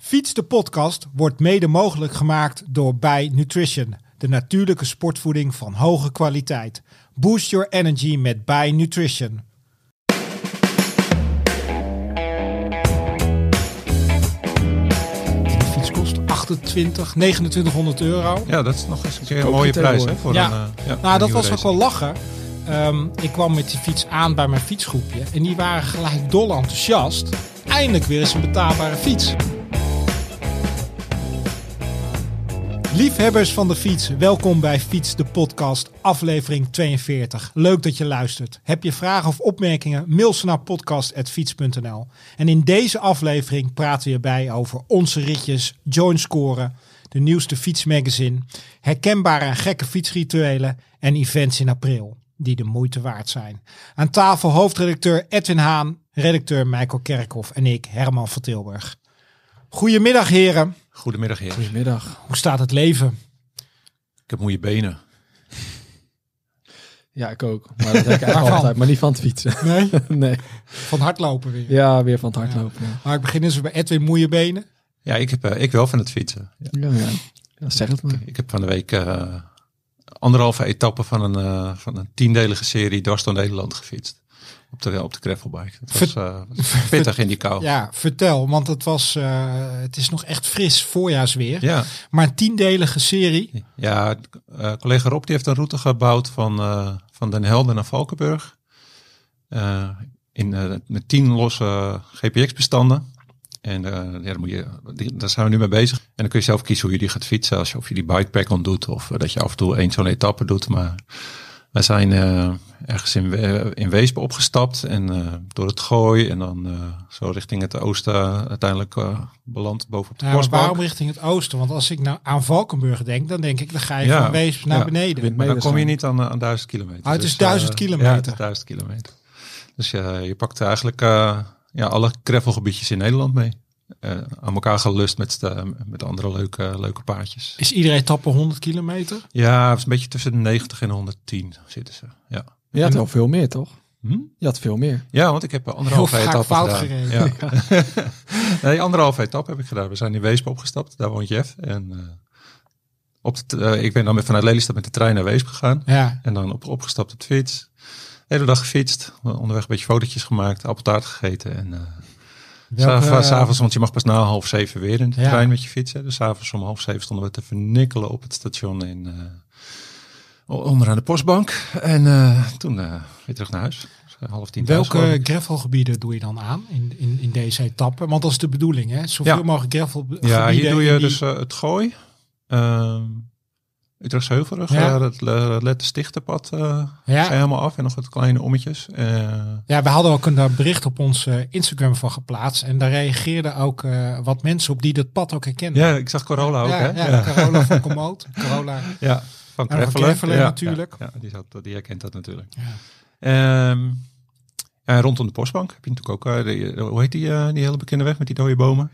Fiets de podcast wordt mede mogelijk gemaakt door Bij Nutrition. De natuurlijke sportvoeding van hoge kwaliteit. Boost your energy met Bij Nutrition. Die fiets kost 2900 euro. Ja, dat is nog eens een keer een mooie prijs. Hè, voor dat was ook wel lachen. Ik kwam met die fiets aan bij mijn fietsgroepje. En die waren gelijk dol enthousiast. Eindelijk weer eens een betaalbare fiets. Liefhebbers van de fiets, welkom bij Fiets de podcast, aflevering 42. Leuk dat je luistert. Heb je vragen of opmerkingen? Mail ze naar podcast@fiets.nl. En in deze aflevering praten we bij over onze ritjes, joint scoren, de nieuwste fietsmagazine, herkenbare en gekke fietsrituelen en events in april die de moeite waard zijn. Aan tafel hoofdredacteur Edwin Haan, redacteur Michael Kerkhoff en ik, Herman van Tilburg. Goedemiddag heren. Goedemiddag heren. Goedemiddag. Hoe staat het leven? Ik heb moeie benen. Ja, ik ook. Maar dat heb ik eigenlijk altijd, maar niet van het fietsen. Nee? Nee. Van hardlopen weer? Ja, weer van het hardlopen. Ja. Maar ik begin eens bij Edwin, moeie benen. Ja, ik wel van het fietsen. Ja. Ja, zeg het maar. Ik heb van de week anderhalve etappe van een 10-delige serie dwars door Nederland gefietst. Op de gravelbike. Het was pittig in die kou. Ja, vertel. Want het is nog echt fris voorjaarsweer. Ja. Maar een 10-delige serie. Ja, collega Rob die heeft een route gebouwd van Den Helder naar Valkenburg. Met 10 losse GPX-bestanden. En daar zijn we nu mee bezig. En dan kun je zelf kiezen hoe je die gaat fietsen. Of je die bikepack doet of dat je af en toe één zo'n etappe doet. Maar wij zijn ergens in Weesp opgestapt en door het Gooi en dan zo richting het oosten uiteindelijk beland bovenop de postbank. Waarom richting het oosten? Want als ik nou aan Valkenburg denk, dan denk ik, dan ga je van Weesp naar beneden. Maar dan kom je niet aan 1000 kilometer. Het is 1000 kilometer. Ja, het is 1000 kilometer. Dus je pakt eigenlijk alle gravelgebiedjes in Nederland mee. Aan elkaar gelust met andere leuke paardjes. Is iedere etappe 100 kilometer? Ja, het is een beetje tussen de 90 en 110 zitten ze. Ja. Je had wel veel meer, toch? Je had veel meer. Ja, want ik heb anderhalve etappe fout gedaan. Gereden. Ja. Nee, anderhalve etappe heb ik gedaan. We zijn in Weesp opgestapt, daar woont Jeff. En ik ben dan vanuit Lelystad met de trein naar Weesp gegaan. Ja. En dan opgestapt op de fiets. De hele dag gefietst, onderweg een beetje fotootjes gemaakt, appeltaart gegeten en... S'avonds, want je mag pas na 6:30 weer in de trein met je fietsen. Dus 's avonds om 6:30 stonden we te vernikkelen op het station onderaan de postbank. En toen weer terug naar huis. Dus 9:30. Welke gravelgebieden doe je dan aan in deze etappe? Want dat is de bedoeling, hè? Zoveel mogelijk gravelgebieden. Ja, hier doe je dus het Gooi. Utrechtse Heuvelrug, het Lette Stichterpad zijn helemaal af en nog wat kleine ommetjes. Ja, we hadden ook een bericht op ons Instagram van geplaatst en daar reageerden ook wat mensen op die dat pad ook herkennen. Ja, ik zag Corolla ook, hè? Ja, Corolla van Komoot. Corolla van Greffelen natuurlijk. Ja, die herkent dat natuurlijk. Ja. Rondom de postbank heb je natuurlijk ook, hoe heet die hele bekende weg met die dode bomen?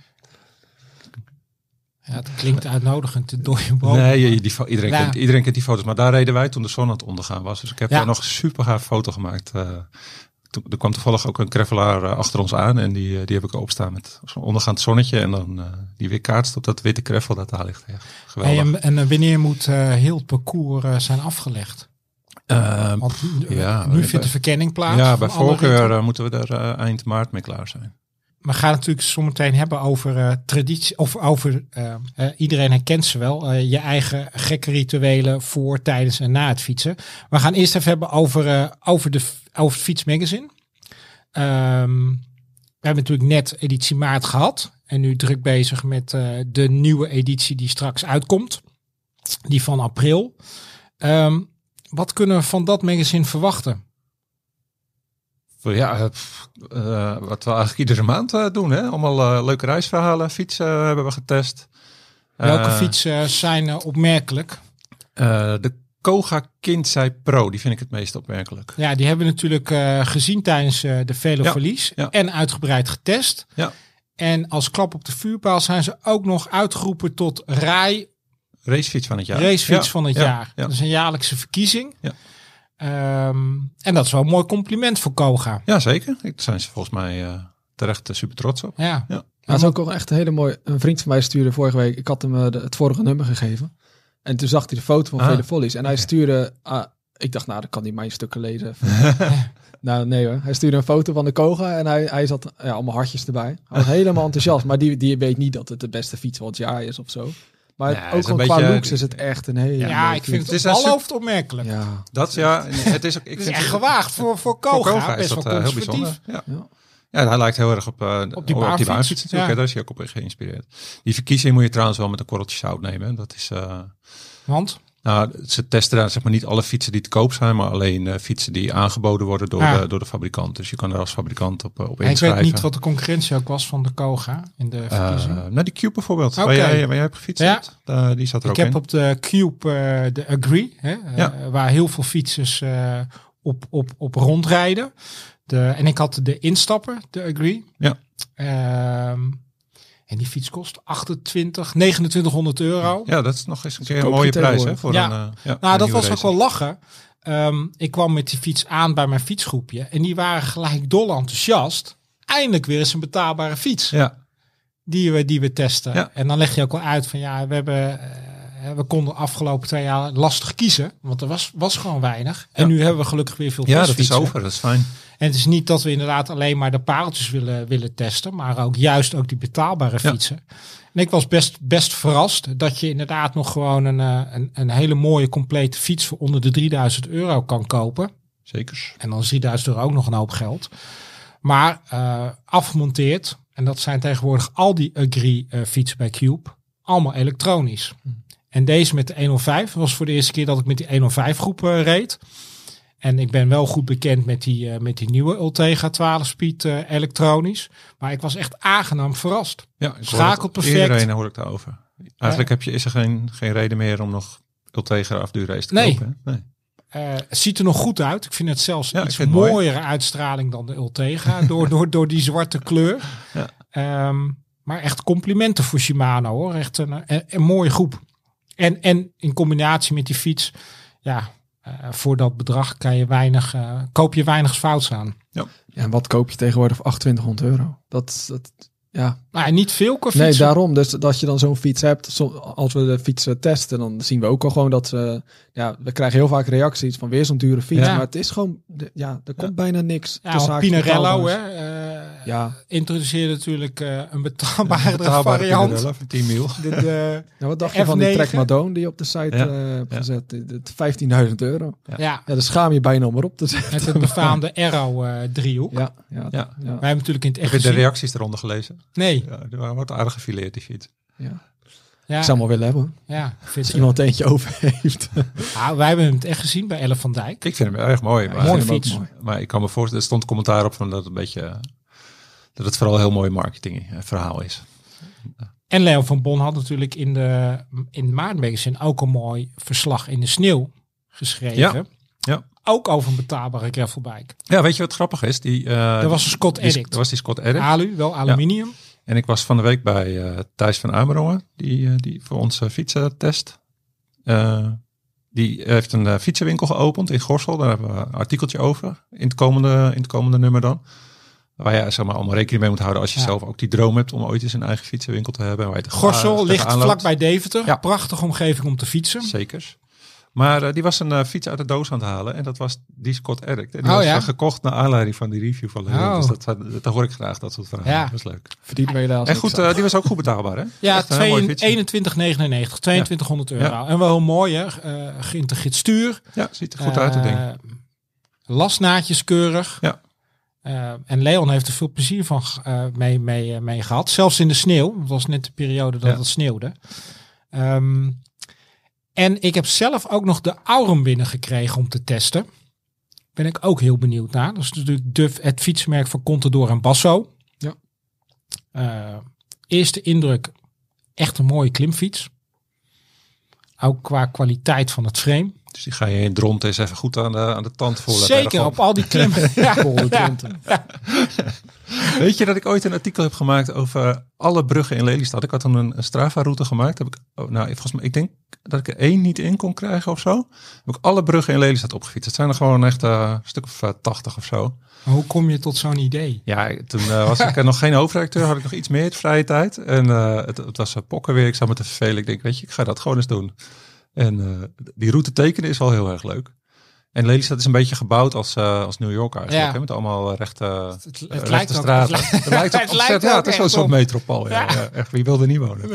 Ja, het klinkt uitnodigend, de dode boom. Nee, iedereen kent die foto's. Maar daar reden wij toen de zon aan het ondergaan was. Dus ik heb daar nog een super gaaf foto gemaakt. Er kwam toevallig ook een gravelaar achter ons aan. En die heb ik opstaan met zo'n ondergaand zonnetje. En dan die weer kaatst op dat witte gravel dat daar ligt. Ja, geweldig. En wanneer moet heel het parcours zijn afgelegd? Want nu vindt de verkenning plaats. Ja, bij voorkeur moeten we er eind maart mee klaar zijn. We gaan natuurlijk zometeen hebben over traditie, of over iedereen herkent ze wel, je eigen gekke rituelen voor, tijdens en na het fietsen. We gaan eerst even hebben over het fietsmagazine. We hebben natuurlijk net editie maart gehad en nu druk bezig met de nieuwe editie die straks uitkomt, die van april. Wat kunnen we van dat magazine verwachten? Ja, wat we eigenlijk iedere maand doen. Hè? Allemaal leuke reisverhalen. Fietsen hebben we getest. Welke fietsen zijn opmerkelijk? De Koga Kindzij Pro, die vind ik het meest opmerkelijk. Ja, die hebben we natuurlijk gezien tijdens de Velo Verlies en uitgebreid getest. Ja. En als klap op de vuurpaal zijn ze ook nog uitgeroepen tot racefiets van het jaar. Racefiets van het jaar. Ja. Dat is een jaarlijkse verkiezing. Ja. En dat is wel een mooi compliment voor Koga. Ja, zeker. Daar zijn ze volgens mij terecht super trots op. Ja. Dat is ook wel echt een hele mooie... Een vriend van mij stuurde vorige week... Ik had hem het vorige nummer gegeven. En toen zag hij de foto van Vele Volleys. En hij stuurde... ik dacht, nou, dan kan hij mijn stukken lezen. Nou, nee hoor. Hij stuurde een foto van de Koga. En hij zat allemaal hartjes erbij. Hij was helemaal enthousiast. Maar die weet niet dat het de beste fiets van het jaar is of zo. Maar ook gewoon qua looks is het echt een hele... Ja, ik vind het alhoofd opmerkelijk. Ja. Het is ook... Het is echt gewaagd voor Koga. Best wel heel bijzonder. Ja. Ja, hij lijkt heel erg op die baanfiets natuurlijk. Ja. Daar is hij ook op geïnspireerd. Die verkiezing moet je trouwens wel met een korreltje zout nemen. Dat is... Want? Nou, ze testen daar zeg maar niet alle fietsen die te koop zijn, maar alleen fietsen die aangeboden worden door de fabrikant. Dus je kan er als fabrikant op inschrijven. Ik weet niet wat de concurrentie ook was van de Koga in de verkiezing. Nou, die Cube bijvoorbeeld, waar jij hebt gefietst. Ja. Die zat er ook in. Ik heb op de Cube de Agree, waar heel veel fietsers op rondrijden. En ik had de instapper, de Agree. Ja. En die fiets kost 2900 euro. Ja, dat is nog eens een keer een mooie prijs. Hè, voor nou, dat was ook wel lachen. Ik kwam met die fiets aan bij mijn fietsgroepje. En die waren gelijk dol enthousiast. Eindelijk weer eens een betaalbare fiets. Ja. Die we testen. Ja. En dan leg je ook wel uit van we konden de afgelopen 2 jaar lastig kiezen. Want er was gewoon weinig. En nu hebben we gelukkig weer veel fietsen. Ja, dat is over. Dat is fijn. En het is niet dat we inderdaad alleen maar de pareltjes willen testen. Maar ook juist ook die betaalbare fietsen. En ik was best verrast dat je inderdaad nog gewoon een hele mooie complete fiets voor onder de 3000 euro kan kopen. Zeker. En dan is 3000 euro ook nog een hoop geld. Maar afgemonteerd. En dat zijn tegenwoordig al die Agree fietsen bij Cube. Allemaal elektronisch. En deze met de 105 was voor de eerste keer dat ik met die 105 groep reed. En ik ben wel goed bekend met die nieuwe Ultegra 12-speed elektronisch. Maar ik was echt aangenaam verrast. Ja, schakelt perfect. Iedereen hoor ik daarover. Eigenlijk is er geen reden meer om nog Ultegra afduurrace te kopen. Nee. Het ziet er nog goed uit. Ik vind het zelfs iets mooiere uitstraling dan de Ultegra. door die zwarte kleur. Ja. Maar echt complimenten voor Shimano hoor. Echt een mooie groep. En in combinatie met die fiets. Ja, voor dat bedrag koop je weinig fouts aan. Ja. En wat koop je tegenwoordig voor 2800 euro? Dat ja. Nou, niet veel qua fietsen. Nee, daarom. Dus dat je dan zo'n fiets hebt. Als we de fietsen testen, dan zien we ook al gewoon dat we krijgen heel vaak reacties van weer zo'n dure fiets. Ja. Maar het is gewoon, er komt bijna niks. Ja, Pinarello introduceerde natuurlijk een betaalbare variant. Voor 10 mil. Wat dacht je van die Trek Madone die op de site hebt gezet? 15.000 euro. Ja. Daar schaam je bijna om erop te zetten. Met het befaamde Aero-driehoek. Ja. Wij hebben natuurlijk in het echt Heb je de reacties eronder gelezen? Nee. Ja, die waren wat aardig gefileerd, die fiets. Ja. Ik zou hem wel willen hebben. Ja, als iemand eentje over heeft. Wij hebben hem het echt gezien bij Elle van Dijk. Ik vind hem erg mooi. Ja, mooie fiets. Maar ik kan me voorstellen, er stond commentaar op van dat het vooral een heel mooi marketing verhaal is. En Leo van Bon had natuurlijk in het Maartmagazine ook een mooi verslag in de sneeuw geschreven. Ja. Ook over een betaalbare gravelbike. Ja, weet je wat grappig is? Dat was een Scott Addict. Dat was die Scott Addict. Alu, wel aluminium. Ja. En ik was van de week bij Thijs van Amerongen, die voor ons fietsen test. Die heeft een fietsenwinkel geopend in Gorssel. Daar hebben we een artikeltje over in het komende nummer dan. Waar je zeg maar allemaal rekening mee moet houden als je zelf ook die droom hebt om ooit eens een eigen fietsenwinkel te hebben. Gorssel ligt vlakbij Deventer. Ja. Prachtige omgeving om te fietsen. Zeker. Maar die was een fiets uit de doos aan het halen. En dat was die Scott Addict. En die was gekocht naar aanleiding van die review van Leo. Dus dat hoor ik graag, dat soort verhalen. Ja. Dat is leuk. Verdient we helaas. En goed, die was ook goed betaalbaar, hè? Ja, 21,99, 2200 euro. Ja. En wel heel mooi, hè? Geïntegreerd stuur. Ja, ziet er goed uit, het ding. Lasnaadjes keurig. Ja. En Leon heeft er veel plezier van mee gehad. Zelfs in de sneeuw. Het was net de periode dat het sneeuwde. En ik heb zelf ook nog de Aurum binnengekregen om te testen. Ben ik ook heel benieuwd naar. Dat is natuurlijk het fietsenmerk van Contador en Basso. Ja. Eerste indruk, echt een mooie klimfiets. Ook qua kwaliteit van het frame. Dus die ga je in Dronten eens even goed aan de tand voelen. Zeker, op al die klimmen. Weet je dat ik ooit een artikel heb gemaakt over alle bruggen in Lelystad? Ik had toen een Strava-route gemaakt. Volgens mij, ik denk dat ik er 1 niet in kon krijgen of zo. Heb ik alle bruggen in Lelystad opgefietst. Het zijn er gewoon echt een stuk of 80 of zo. Maar hoe kom je tot zo'n idee? Ja, toen was ik nog geen hoofdredacteur, had ik nog iets meer vrije tijd. En het was pokken weer, ik zat me te vervelen. Ik denk, weet je, ik ga dat gewoon eens doen. En die route tekenen is wel heel erg leuk. En Lelystad is een beetje gebouwd als New York eigenlijk. Hè? Met allemaal rechte straten. Het is wel zo'n metropool. Ja. Echt, wie wil er niet wonen?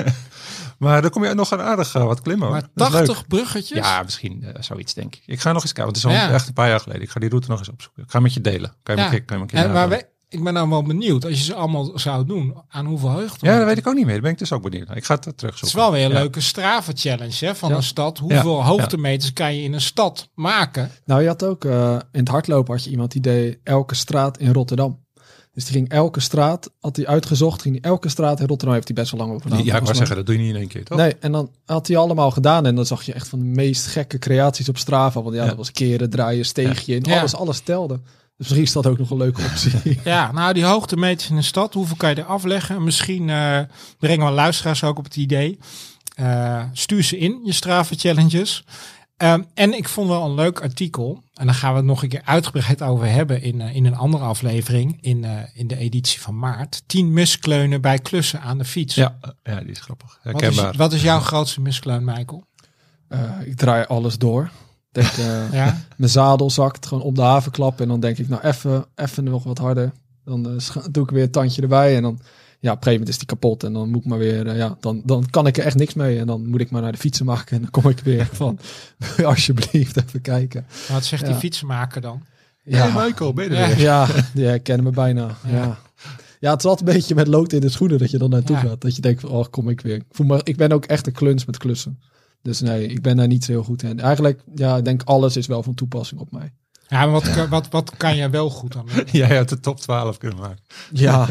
Maar dan kom je nog een aardig wat klimmen. Maar 80 bruggetjes? Ja, misschien zoiets denk ik. Ik ga nog eens kijken, want het is al echt een paar jaar geleden. Ik ga die route nog eens opzoeken. Ik ga met je delen. Kan je me een keer ik ben nou wel benieuwd, als je ze allemaal zou doen, aan hoeveel heugd? Ja, dat weet ik ook niet meer. Daar ben ik dus ook benieuwd. Ik ga het terugzoeken. Het is wel weer een leuke Strava-challenge van een stad. Hoeveel hoogtemeters kan je in een stad maken? Nou, je had ook in het hardlopen had je iemand die deed elke straat in Rotterdam. Dus die ging elke straat, had hij uitgezocht, ging hij elke straat in Rotterdam, heeft hij best wel lang over gedaan. Ja, ik wou zeggen, dat doe je niet in één keer, toch? Nee, en dan had hij allemaal gedaan en dan zag je echt van de meest gekke creaties op Strava. Want dat was keren, draaien, steegje in, alles telde. Dus misschien is dat ook nog een leuke optie. Ja, nou die hoogtemeters in de stad, hoeveel kan je er afleggen? Misschien brengen we luisteraars ook op het idee. Stuur ze in, je Strava challenges. En ik vond wel een leuk artikel. En daar gaan we het nog een keer uitgebreid over hebben in een andere aflevering. In de editie van maart. 10 miskleunen bij klussen aan de fiets. Ja, die is grappig. Herkenbaar. Wat is jouw grootste miskleun, Michael? Ik draai alles door. Denk, mijn zadel zakt gewoon op de havenklap. En dan denk ik, nou even nog wat harder. Dan doe ik weer een tandje erbij. En dan, op een gegeven moment is die kapot. En dan moet ik maar weer, dan kan ik er echt niks mee. En dan moet ik maar naar de fietsenmaker. En dan kom ik weer van, alsjeblieft even kijken. Wat zegt die fietsenmaker dan? Ja, hey Michael, ben je er weer? Ja, die kennen me bijna. Ja, het is altijd een beetje met lood in de schoenen dat je dan naartoe gaat. Dat je denkt, kom ik weer. Ik ben ook echt een kluns met klussen. Dus nee, ik ben daar niet zo heel goed in. Eigenlijk, ik denk alles is wel van toepassing op mij. Ja, maar wat kan jij wel goed aan? Jij had de top 12 kunnen maken. Ja,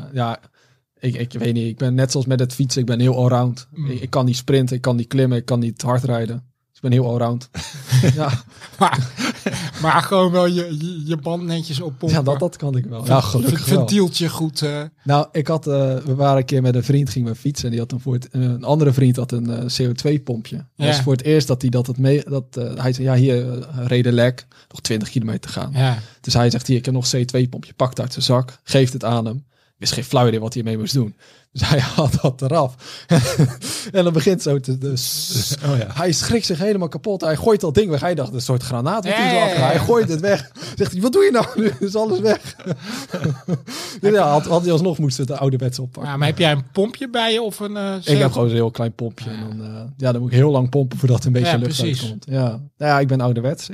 ik weet niet. Ik ben net zoals met het fietsen, ik ben heel allround. Ik kan niet sprinten, ik kan niet klimmen, ik kan niet hard rijden. Ik ben heel allround. maar gewoon wel je band netjes oppompen. Ja, dat kan ik wel. Ja, gelukkig wel. Ventieltje goed. Nou, we waren een keer met een vriend, gingen we fietsen. En die had een andere vriend had een CO2-pompje. Dat was voor het eerst dat hij hij zei, hier, reden lek. Nog 20 kilometer te gaan. Ja. Dus hij zegt, hier, ik heb nog een CO2-pompje. Pakt uit zijn zak, geeft het aan hem. Ik wist geen flauw idee wat hij mee moest doen. Dus hij haalt dat eraf. En dan begint zo Hij schrikt zich helemaal kapot. Hij gooit dat ding weg. Hij dacht, een soort granaat. Hij gooit het weg. Zegt hij, wat doe je nou? Nu is alles weg. Had hij alsnog moest het de ouderwetse oppakken. Ja, maar heb jij een pompje bij je? Of een? Ik heb gewoon een heel klein pompje. En dan moet ik heel lang pompen voordat er een beetje lucht uitkomt. Ja, ik ben ouderwets.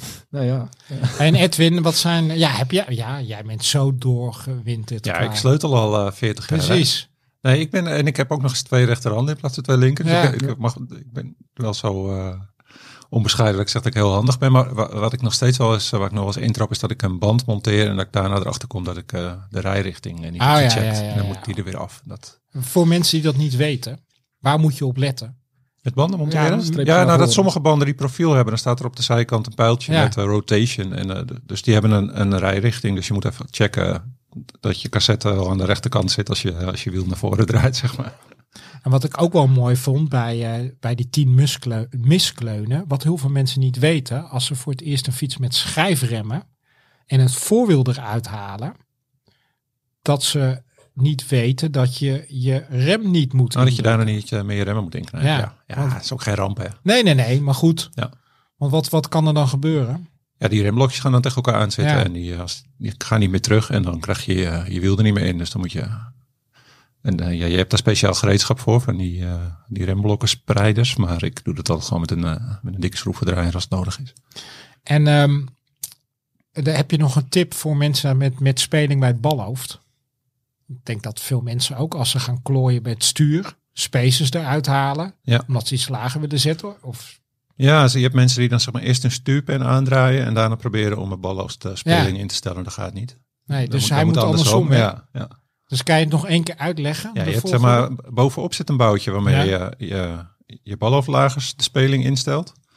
En Edwin, wat zijn... jij bent zo doorgewinterd. Ja, ik sleutel al 40 jaar. Precies. Nee, ik heb ook nog eens 2 rechterhanden in plaats van 2 linker. Dus ik ben wel zo onbescheiden dat ik zeg dat ik heel handig ben. Maar wat ik nog steeds wel eens, waar ik nog wel eens intrap, is dat ik een band monteer en dat ik daarna erachter kom dat ik de rijrichting niet heb gecheckt. En dan moet ik die er weer af. Voor mensen die dat niet weten, waar moet je op letten? Met banden monteren? Dat sommige banden die profiel hebben, dan staat er op de zijkant een pijltje met rotation. En, dus die hebben een rijrichting. Dus je moet even checken dat je cassette al aan de rechterkant zit als je wiel naar voren draait, zeg maar. En wat ik ook wel mooi vond bij die 10 miskleunen, wat heel veel mensen niet weten, als ze voor het eerst een fiets met schijfremmen en het voorwiel eruit halen, dat ze niet weten dat je rem niet moet dat je daarna niet meer remmen moet inknijpen. Ja, dat is ook geen ramp, hè? Nee, maar goed. Ja. Want wat kan er dan gebeuren? Ja, die remblokjes gaan dan tegen elkaar aanzetten en die gaan niet meer terug en dan krijg je je wiel er niet meer in. Dus dan moet je... En je hebt daar speciaal gereedschap voor, van die remblokkensspreiders. Maar ik doe dat altijd gewoon met een dikke schroevendraaier als het nodig is. En heb je nog een tip voor mensen met speling bij het balhoofd? Ik denk dat veel mensen ook, als ze gaan klooien met stuur, spacers eruit halen. Ja. Omdat ze iets lager willen zetten. Of... Ja, je hebt mensen die dan zeg maar eerst een stuurpen aandraaien en daarna proberen om een balhoofdspeling in te stellen. Dat gaat niet. Nee, dus hij moet andersom. Ja. Dus kan je het nog 1 keer uitleggen? Ja, je hebt, zeg maar, bovenop zit een boutje waarmee je balhoofdlagers de speling instelt.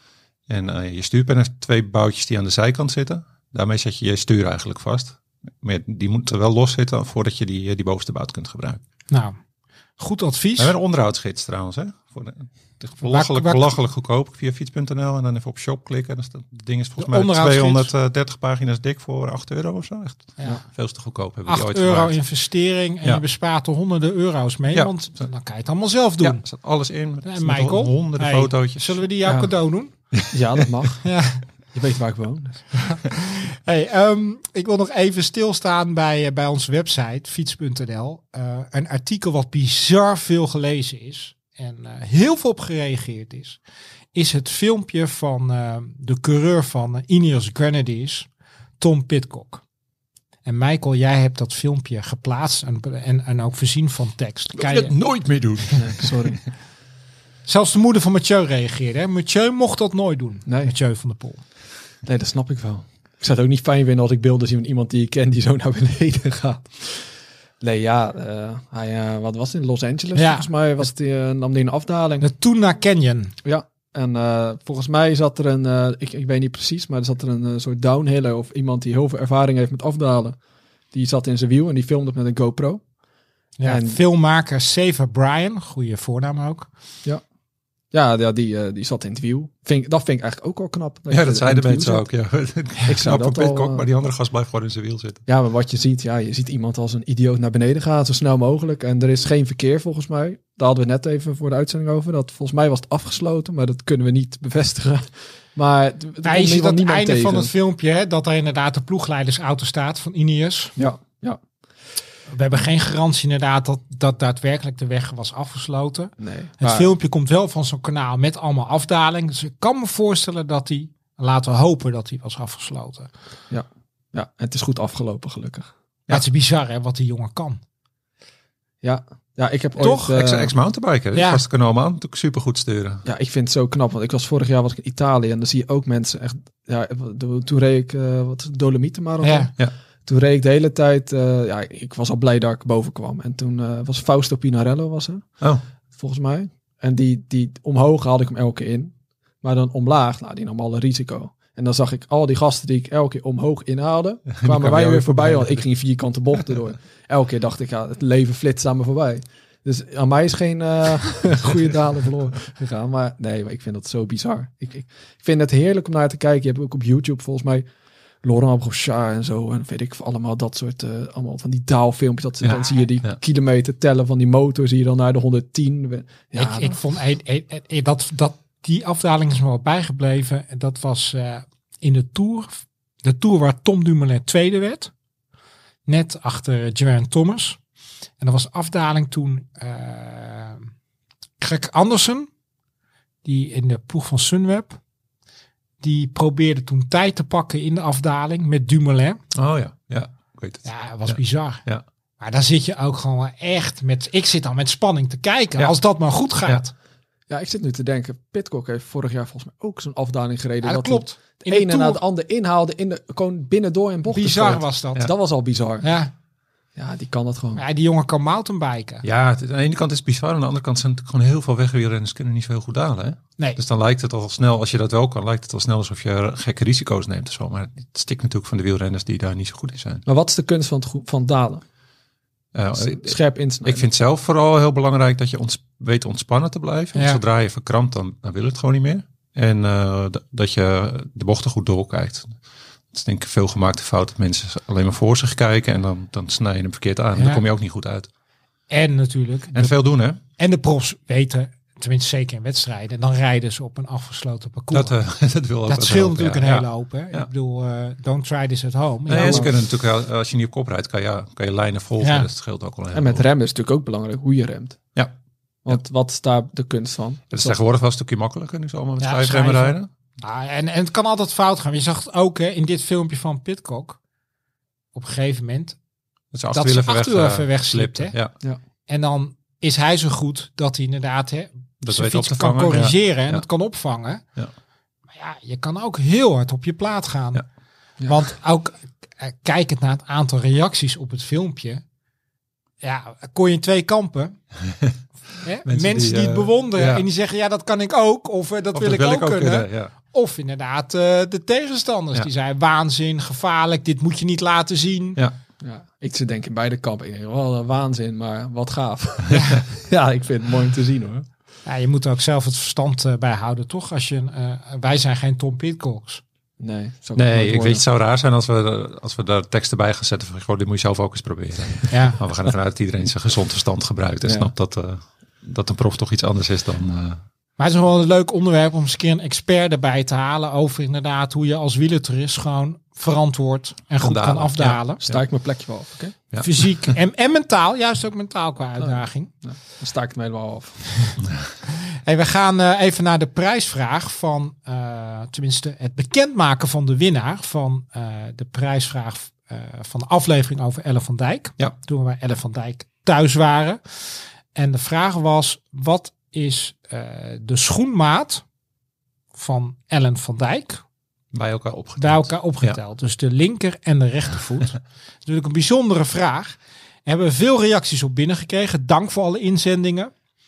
En je stuurpen heeft 2 boutjes die aan de zijkant zitten. Daarmee zet je stuur eigenlijk vast. Maar die moeten wel los zitten voordat je die bovenste bout kunt gebruiken. Nou, goed advies. We hebben een onderhoudsgids trouwens. Hè? Belachelijk goedkoop via fiets.nl. En dan even op shop klikken. Dus dat ding is volgens mij 230 pagina's dik voor €8 of zo. Echt veel te goedkoop. Hebben die ooit €8 investering en je bespaart er honderden euro's mee. Ja. Want dan kan je het allemaal zelf doen. Ja, er staat alles in. Met Michael, honderden fotootjes. Zullen we die jouw cadeau doen? Ja, dat mag. Je weet waar ik woon. Dus. Ik wil nog even stilstaan bij onze website, fiets.nl. Een artikel wat bizar veel gelezen is en heel veel op gereageerd is het filmpje van de coureur van Ineos Grenadiers, Tom Pidcock. En Michael, jij hebt dat filmpje geplaatst en ook voorzien van tekst. Kan je het nooit meer doen? Nee, sorry. Zelfs de moeder van Mathieu reageerde. Hè? Mathieu mocht dat nooit doen. Nee. Mathieu van der Poel. Nee, dat snap ik wel. Ik zou het ook niet fijn vinden als ik beelden zie van iemand die ik ken die zo naar beneden gaat. Nee, hij wat was het in Los Angeles? Ja. Volgens mij was het, nam hij een afdaling. De Tuna Canyon. Ja, en volgens mij zat er een, ik weet niet precies, maar er zat er een soort downhiller of iemand die heel veel ervaring heeft met afdalen. Die zat in zijn wiel en die filmde het met een GoPro. Ja, en filmmaker Saver Bryan, goede voornaam ook. Ja, die zat in het wiel. Dat vind ik eigenlijk ook al knap. Ja, dat zeiden mensen ook. Ja. Ik zou dat al... Maar die andere gast blijft gewoon in zijn wiel zitten. Ja, maar wat je ziet, je ziet iemand als een idioot naar beneden gaan, zo snel mogelijk. En er is geen verkeer volgens mij. Daar hadden we net even voor de uitzending over. Dat volgens mij was het afgesloten, maar dat kunnen we niet bevestigen. Maar je ziet aan het einde tegen. Van het filmpje, hè, dat er inderdaad de ploegleidersauto staat van Ineos. Ja. We hebben geen garantie inderdaad dat daadwerkelijk de weg was afgesloten. Nee, het filmpje komt wel van zo'n kanaal met allemaal afdaling. Dus ik kan me voorstellen dat laten we hopen dat die was afgesloten. Ja, het is goed afgelopen gelukkig. Ja, het is bizar hè, wat die jongen kan. Ja, ik heb toch ex-mountainbiker. Ja. Vast kanaal aan, natuurlijk super goed sturen. Ja, ik vind het zo knap, want vorig jaar was ik in Italië en dan zie je ook mensen echt. Ja, toen reed ik Dolomieten Marathon. Ja. Toen reed ik de hele tijd, ik was al blij dat ik boven kwam. En toen was Fausto Pinarello was er, volgens mij. En die omhoog haalde ik hem elke keer in. Maar dan omlaag, die nam alle risico. En dan zag ik al die gasten die ik elke keer omhoog inhaalde, kwamen wij weer voorbij. Want ik ging vierkante bochten door. Elke keer dacht ik, het leven flitst aan me voorbij. Dus aan mij is geen goede dalen verloren gegaan. Maar nee, ik vind dat zo bizar. Ik vind het heerlijk om naar te kijken. Je hebt ook op YouTube volgens mij Laurent Brochard en zo. En weet ik allemaal dat soort, allemaal van die daalfilmpjes. Dan zie je die kilometer tellen van die motor. Zie je dan naar de 110. Ja, ik vond die afdaling is me wel bijgebleven. En dat was in de Tour. De Tour waar Tom Dumoulin tweede werd. Net achter Geraint Thomas. En dat was afdaling toen Greg Andersen. Die in de ploeg van Sunweb. Die probeerde toen tijd te pakken in de afdaling met Dumoulin. Oh ja, ik weet het. Ja, het was bizar. Ja. Maar daar zit je ook gewoon echt met... Ik zit dan met spanning te kijken als dat maar goed gaat. Ja, ik zit nu te denken. Pidcock heeft vorig jaar volgens mij ook zo'n afdaling gereden. Ja, dat klopt. Het ene na de ander inhaalde gewoon binnendoor in bochten. Bizar was dat. Ja. Dat was al bizar. Ja, die kan dat gewoon. Ja, die jongen kan mountainbiken. Ja, aan de ene kant is het bizar. Aan de andere kant zijn het gewoon heel veel wegwielrenners kunnen niet zo heel goed dalen. Hè? Nee. Dus dan lijkt het al snel, als je dat wel kan, lijkt het al snel alsof je gekke risico's neemt. Of zo. Maar het stikt natuurlijk van de wielrenners die daar niet zo goed in zijn. Maar wat is de kunst van dalen? Scherp insnijden. Ik vind zelf vooral heel belangrijk dat je weet ontspannen te blijven. Ja. Zodra je verkrampt, dan wil het gewoon niet meer. En dat je de bochten goed doorkijkt. Dat is denk ik veel gemaakte fout dat mensen alleen maar voor zich kijken en dan snij je hem verkeerd aan. Ja. Dan kom je ook niet goed uit. En natuurlijk. En veel doen, hè? En de profs weten, tenminste zeker in wedstrijden, dan rijden ze op een afgesloten parcours. Dat scheelt natuurlijk een hele hoop. Hè? Ja. Ik bedoel, don't try this at home. Nee, ze kunnen natuurlijk, als je niet op kop rijdt, kan je lijnen volgen. Ja. Dat scheelt ook wel. En met remmen is het natuurlijk ook belangrijk hoe je remt. Ja. Want wat is daar de kunst van? Het is tegenwoordig wel een stukje makkelijker. Nu ze allemaal met schijfremmen rijden. En het kan altijd fout gaan. Je zag het ook in dit filmpje van Pidcock. Op een gegeven moment dat ze achterwiel wegslipte. Ja. En dan is hij zo goed dat hij inderdaad zijn fiets kan corrigeren en het kan opvangen. Ja. Maar ja, je kan ook heel hard op je plaat gaan. Ja. Ja. Want ook kijkend naar het aantal reacties op het filmpje. Ja, kon je in twee kampen. Mensen die het bewonderen en die zeggen, ja, dat kan ik ook. Of dat wil ik ook kunnen. Ja. Of inderdaad de tegenstanders. Die zeiden waanzin, gevaarlijk, dit moet je niet laten zien. Ja, ik zit denk ik in beide kampen. Ik denk wel waanzin, maar wat gaaf. Ja, ik vind het mooi om te zien hoor. Ja, je moet er ook zelf het verstand bij houden, toch? Wij zijn geen Tom Pidcocks. Nee, ik weet het zou raar zijn als we daar teksten bij gaan zetten van gewoon, dit moet je zelf ook eens proberen. Ja. Maar we gaan ervan uit dat iedereen zijn gezond verstand gebruikt en snapt dat een prof toch iets anders is dan... Maar het is wel een leuk onderwerp om eens een keer een expert erbij te halen over inderdaad hoe je als wielertoerist gewoon verantwoord en goed kan afdalen. Sta ik mijn plekje wel af, oké? Ja. Fysiek en mentaal, juist ook mentaal qua uitdaging. Dan sta ik het me helemaal af. Hey, we gaan even naar de prijsvraag van, tenminste het bekendmaken van de winnaar van de prijsvraag van de aflevering over Ellen van Dijk. Ja. Toen we bij Ellen van Dijk thuis waren. En de vraag was, wat is de schoenmaat van Ellen van Dijk bij elkaar opgeteld. Ja. Dus de linker en de rechtervoet. Dat is natuurlijk een bijzondere vraag. We hebben veel reacties op binnengekregen. Dank voor alle inzendingen.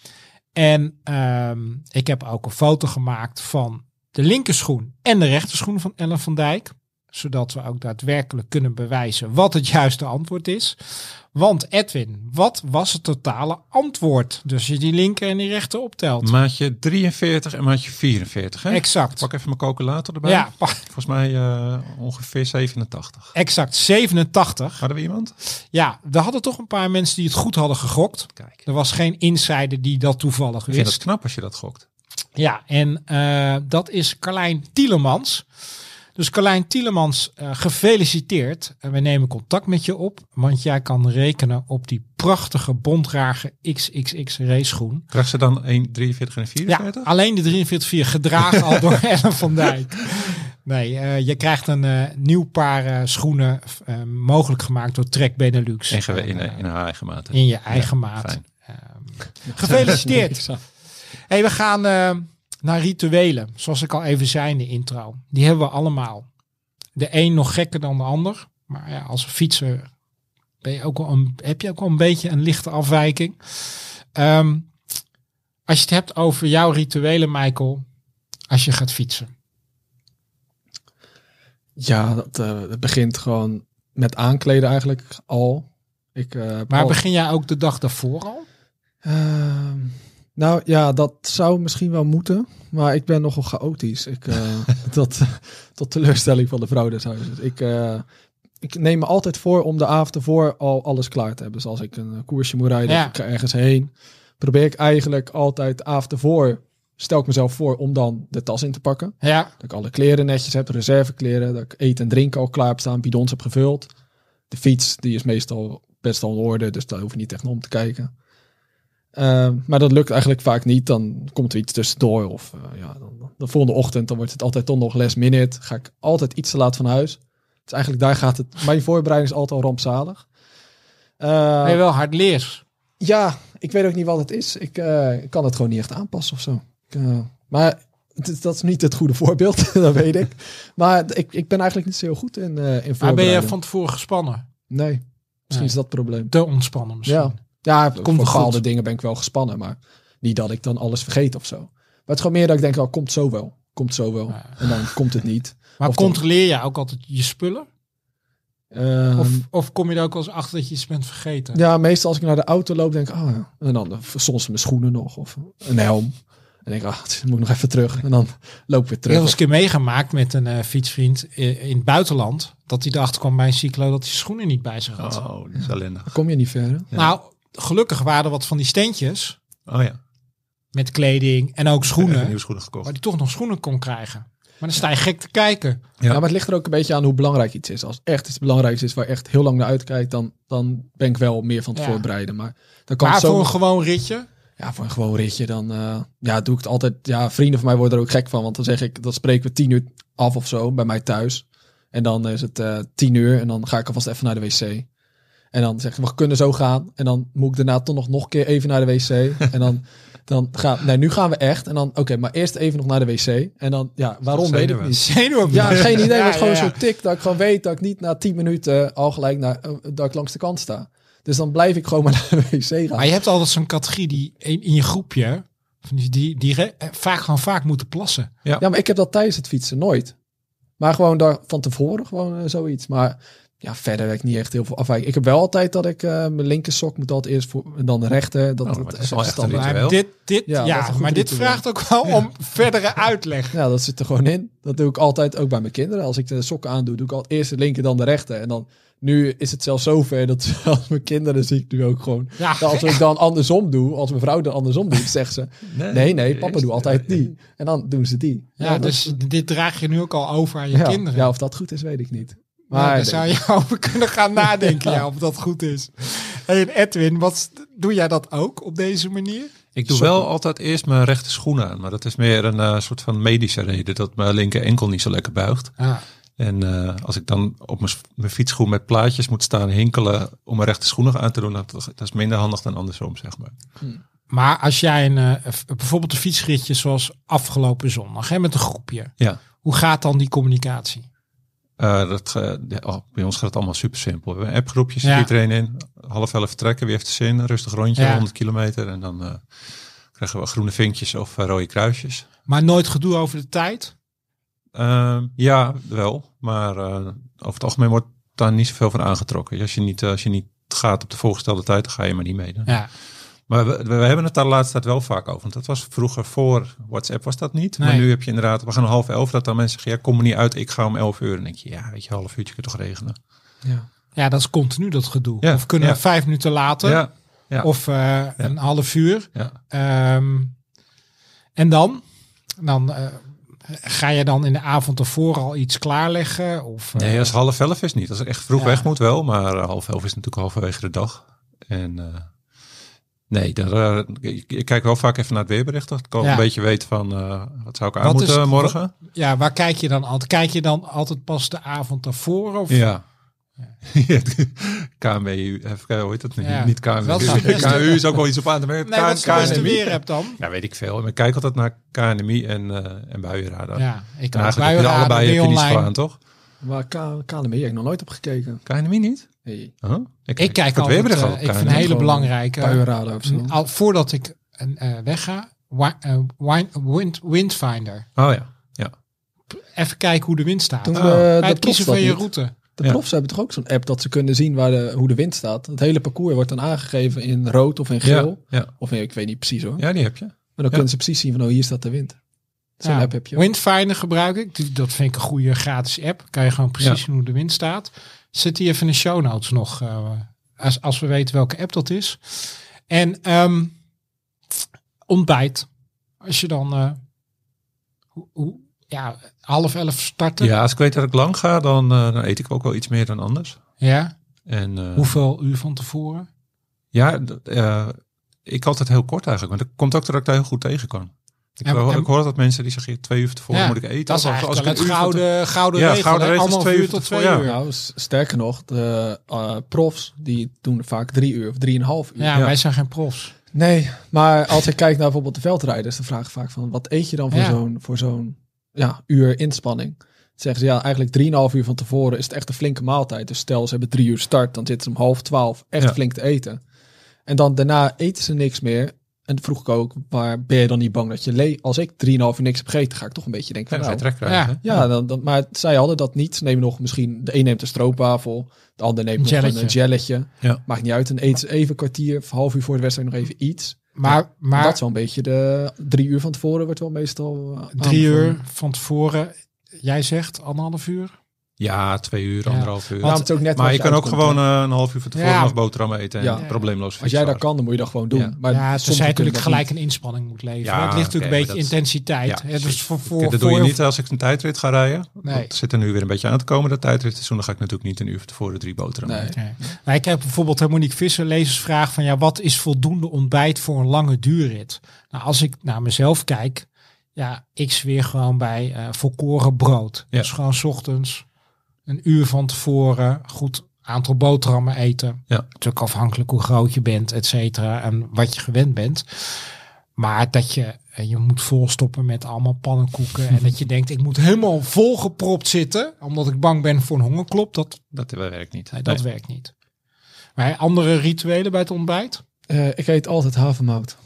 En ik heb ook een foto gemaakt van de linkerschoen en de rechterschoen van Ellen van Dijk. Zodat we ook daadwerkelijk kunnen bewijzen wat het juiste antwoord is. Want Edwin, wat was het totale antwoord? Dus als je die linker en die rechter optelt. Maatje 43 en maatje 44. Hè? Exact. Pak even mijn calculator erbij. Ja, volgens mij ongeveer 87. Exact, 87. Hadden we iemand? Ja, we hadden toch een paar mensen die het goed hadden gegokt. Kijk. Er was geen insider die dat toevallig wist. Ik vind het knap als je dat gokt. Ja, en dat is Carlijn Tielemans. Dus Carlijn Tielemans, gefeliciteerd. En we nemen contact met je op. Want jij kan rekenen op die prachtige bondrage XXX raceschoen. Krijgt ze dan 1, 43 en 44? Ja, alleen de 43-4 gedragen al door Ellen van Dijk. Nee, je krijgt een nieuw paar schoenen. Mogelijk gemaakt door Trek Benelux. In haar eigen maat. In je eigen maat. Gefeliciteerd. Hey, we gaan... naar rituelen, zoals ik al even zei in de intro. Die hebben we allemaal. De een nog gekker dan de ander. Maar ja, als fietser heb je ook wel een beetje een lichte afwijking. Als je het hebt over jouw rituelen, Michael, als je gaat fietsen. Ja, dat begint gewoon met aankleden eigenlijk al. Begin jij ook de dag daarvoor al? Nou ja, dat zou misschien wel moeten. Maar ik ben nogal chaotisch. Tot teleurstelling van de vrouw des huizes. Ik neem me altijd voor om de avond ervoor al alles klaar te hebben. Dus als ik een koersje moet rijden, of ik ga ergens heen, probeer ik eigenlijk altijd de avond ervoor, stel ik mezelf voor om dan de tas in te pakken. Ja. Dat ik alle kleren netjes heb, reservekleren, dat ik eten en drinken al klaar heb staan, bidons heb gevuld. De fiets, die is meestal best al in orde, dus daar hoef je niet echt naar om te kijken. Maar dat lukt eigenlijk vaak niet. Dan komt er iets tussendoor. Of de volgende ochtend, dan wordt het altijd toch nog last minute. Ga ik altijd iets te laat van huis. Dus eigenlijk daar gaat het. Mijn voorbereiding is altijd al rampzalig. Ben je wel hardleers? Ja, ik weet ook niet wat het is. Ik kan het gewoon niet echt aanpassen of zo. Maar dat is niet het goede voorbeeld, dat weet ik. Maar ik ben eigenlijk niet zo heel goed in voorbereiden. Maar ben je van tevoren gespannen? Nee, misschien is dat het probleem. Te ontspannen misschien. Ja, voor bepaalde dingen ben ik wel gespannen, maar niet dat ik dan alles vergeet of zo. Maar het is gewoon meer dat ik denk, komt zo wel. Ja. En dan komt het niet. Maar controleer je ook altijd je spullen? Of kom je er ook wel eens achter dat je iets bent vergeten? Ja, meestal als ik naar de auto loop, denk ik, en dan soms mijn schoenen nog of een helm. En denk ik, moet ik nog even terug. En dan loop ik weer terug. Ik heb eens een keer meegemaakt met een fietsvriend in het buitenland, dat hij erachter kwam bij een cyclo dat hij schoenen niet bij zich had. Oh, dat is ellendig. Dan kom je niet verder. Ja. Nou, gelukkig waren er wat van die steentjes. Oh ja. Met kleding en ook schoenen. Nieuwe schoenen gekocht. Waar die toch nog schoenen kon krijgen. Maar dan sta je gek te kijken. Ja, maar het ligt er ook een beetje aan hoe belangrijk iets is. Als echt iets belangrijks is waar echt heel lang naar uitkijkt, dan ben ik wel meer van het voorbereiden. Maar dan kan voor een gewoon ritje? Ja, voor een gewoon ritje dan doe ik het altijd. Ja, vrienden van mij worden er ook gek van. Want dan zeg ik, dat spreken we 10 uur af of zo bij mij thuis. En dan is het 10 uur en dan ga ik alvast even naar de wc. En dan zeg ik, we kunnen zo gaan. En dan moet ik daarna toch nog een keer even naar de wc. En nu gaan we echt. En dan, oké, maar eerst even nog naar de wc. En dan, waarom weet ik niet. Ja, geen idee. Het is gewoon zo'n tik dat ik gewoon weet dat ik niet na 10 minuten al gelijk dat ik langs de kant sta. Dus dan blijf ik gewoon maar naar de wc gaan. Maar je hebt altijd zo'n categorie die in je groepje, Die vaak moeten plassen. Ja, maar ik heb dat tijdens het fietsen nooit. Maar gewoon daar van tevoren gewoon zoiets. Maar ja, verder heb ik niet echt heel veel afwijking. Ik heb wel altijd dat ik mijn linker sok moet altijd eerst voor en dan de rechter. Dat is wel echt een ritueel. Maar dit vraagt ook wel om verdere uitleg. Ja, dat zit er gewoon in. Dat doe ik altijd ook bij mijn kinderen. Als ik de sokken aandoe, doe ik altijd eerst de linker dan de rechter. En dan nu is het zelfs zover dat als mijn kinderen zie ik nu ook gewoon. Ja, als ik dan andersom doe, als mijn vrouw dan andersom doet, zegt ze: nee, papa doet altijd die. En dan doen ze die. Ja, dus dit draag je nu ook al over aan je kinderen. Ja, of dat goed is, weet ik niet. Maar daar zou je over kunnen gaan nadenken, of dat goed is. Hey, Edwin, doe jij dat ook op deze manier? Ik doe wel altijd eerst mijn rechter schoen aan. Maar dat is meer een soort van medische reden. Dat mijn linker enkel niet zo lekker buigt. Ah. En als ik dan op mijn fietsschoen met plaatjes moet staan hinkelen om mijn rechter schoen nog aan te doen, dat is minder handig dan andersom, zeg maar. Maar als jij bijvoorbeeld een fietsritje zoals afgelopen zondag, met een groepje. Ja. Hoe gaat dan die communicatie? Bij ons gaat het allemaal super simpel. We hebben appgroepjes, iedereen in. 10:30 vertrekken, wie heeft de zin? Een rustig rondje, 100 kilometer. En dan krijgen we groene vinkjes of rode kruisjes. Maar nooit gedoe over de tijd? Ja, wel. Maar over het algemeen wordt daar niet zoveel van aangetrokken. Als je niet gaat op de voorgestelde tijd, dan ga je maar niet mee. Ja. Maar we hebben het daar de laatste tijd wel vaak over. Want dat was vroeger voor WhatsApp was dat niet. Nee. Maar nu heb je inderdaad, we gaan om 10:30 dat dan mensen zeggen, kom er niet uit, ik ga om 11:00. En dan denk je, weet je, een half uurtje kun je toch regelen. Ja, dat is continu dat gedoe. Ja. Of kunnen we 5 minuten later. Ja. Of een half uur. Ja. En dan ga je dan in de avond ervoor al iets klaarleggen? Of, nee, als 10:30 is niet. Als ik echt vroeg weg moet wel. Maar 10:30 is natuurlijk halverwege de dag. En nee, ik kijk wel vaak even naar het weerbericht. Dat ik al een beetje weet van wat zou ik aan moeten morgen. Waar kijk je dan altijd? Kijk je dan altijd pas de avond ervoor? Of? Ja. KNMU, hoe heet dat? Ja. Niet KNMU. KNMU is ook wel iets op aan te merken. Nee, wat je weer hebt dan? Ja, weet ik veel. Maar ik kijk altijd naar KNMI en buienradar. Ja, ik kan allebei heb je niet aan, toch? Maar KNMI heb ik nog nooit op gekeken. KNMI niet? Nee. Ik kijk altijd, ik vind een hele belangrijke buienradar of zo. Voordat ik wegga, Windfinder. Oh ja. Even kijken hoe de wind staat. Bij het kiezen van je route. De profs hebben toch ook zo'n app dat ze kunnen zien hoe de wind staat. Het hele parcours wordt dan aangegeven in rood of in geel. Ja. Of ik weet niet precies hoor. Ja, die heb je. Maar dan kunnen ze precies zien van hier staat de wind. Zo'n app heb je ook. Windfinder gebruik ik. Dat vind ik een goede gratis app. Kan je gewoon precies zien hoe de wind staat. Zet die even in de show notes nog. Als we weten welke app dat is. En ontbijt. Als je dan 10:30 starten. Ja, als ik weet dat ik lang ga, dan eet ik ook wel iets meer dan anders. Ja? En hoeveel uur van tevoren? Ja, ik altijd heel kort eigenlijk. Want het komt ook dat ik daar heel goed tegen kan. Ik hoor dat mensen die zeggen 2 uur tevoren moet ik eten. Dat is als het gouden regel. 2 uur tot 2 uur. Nou, sterker nog, de profs die doen vaak 3 uur of 3,5 uur. Ja, wij zijn geen profs. Nee, maar als ik kijk naar bijvoorbeeld de veldrijders, dan vraag ik vaak van, wat eet je dan voor zo'n uur inspanning? Zeggen ze eigenlijk 3,5 uur van tevoren is het echt een flinke maaltijd. Dus stel ze hebben 3 uur start, dan zitten ze om 11:30 echt flink te eten. En dan daarna eten ze niks meer. En dan vroeg ik ook, maar ben je dan niet bang dat je als ik 3,5 uur niks heb gegeten, ga ik toch een beetje denken van maar zij hadden dat niet. Ze nemen nog misschien, de een neemt een stroopwafel, de ander neemt nog een jelletje. Ja. Maakt niet uit. En eet ze even een kwartier, of half uur voor de wedstrijd nog even iets. Maar dat is wel een beetje de 3 uur van tevoren wordt wel meestal 3 uur van tevoren. Jij zegt 1,5 uur? Ja, 2 uur, 1,5 uur. Het ook net maar je kan ook gewoon een half uur van tevoren nog boterhammen eten en probleemloos. Als jij dat kan, dan moet je dat gewoon doen. Ja. Maar ze zei natuurlijk gelijk een inspanning moet leveren. Het ligt natuurlijk een beetje intensiteit. Ja, dus dat doe je niet als ik een tijdrit ga rijden. Nee. Het zit er nu weer een beetje aan te komen, dat tijdrit. Dan ga ik natuurlijk niet een uur van tevoren 3 boterhammen eten. Nee. Nou, ik heb bijvoorbeeld Monique Visser lezersvraag van wat is voldoende ontbijt voor een lange duurrit? Nou, als ik naar mezelf kijk, ik zweer gewoon bij volkoren brood. Ja. Dus gewoon 's ochtends een uur van tevoren goed aantal boterhammen eten. Ja. Natuurlijk afhankelijk hoe groot je bent, et cetera, en wat je gewend bent. Maar dat je moet volstoppen met allemaal pannenkoeken en dat je denkt, ik moet helemaal volgepropt zitten, omdat ik bang ben voor een hongerklop. Dat werkt niet. Nee, dat werkt niet. Maar andere rituelen bij het ontbijt? Ik eet altijd havermout.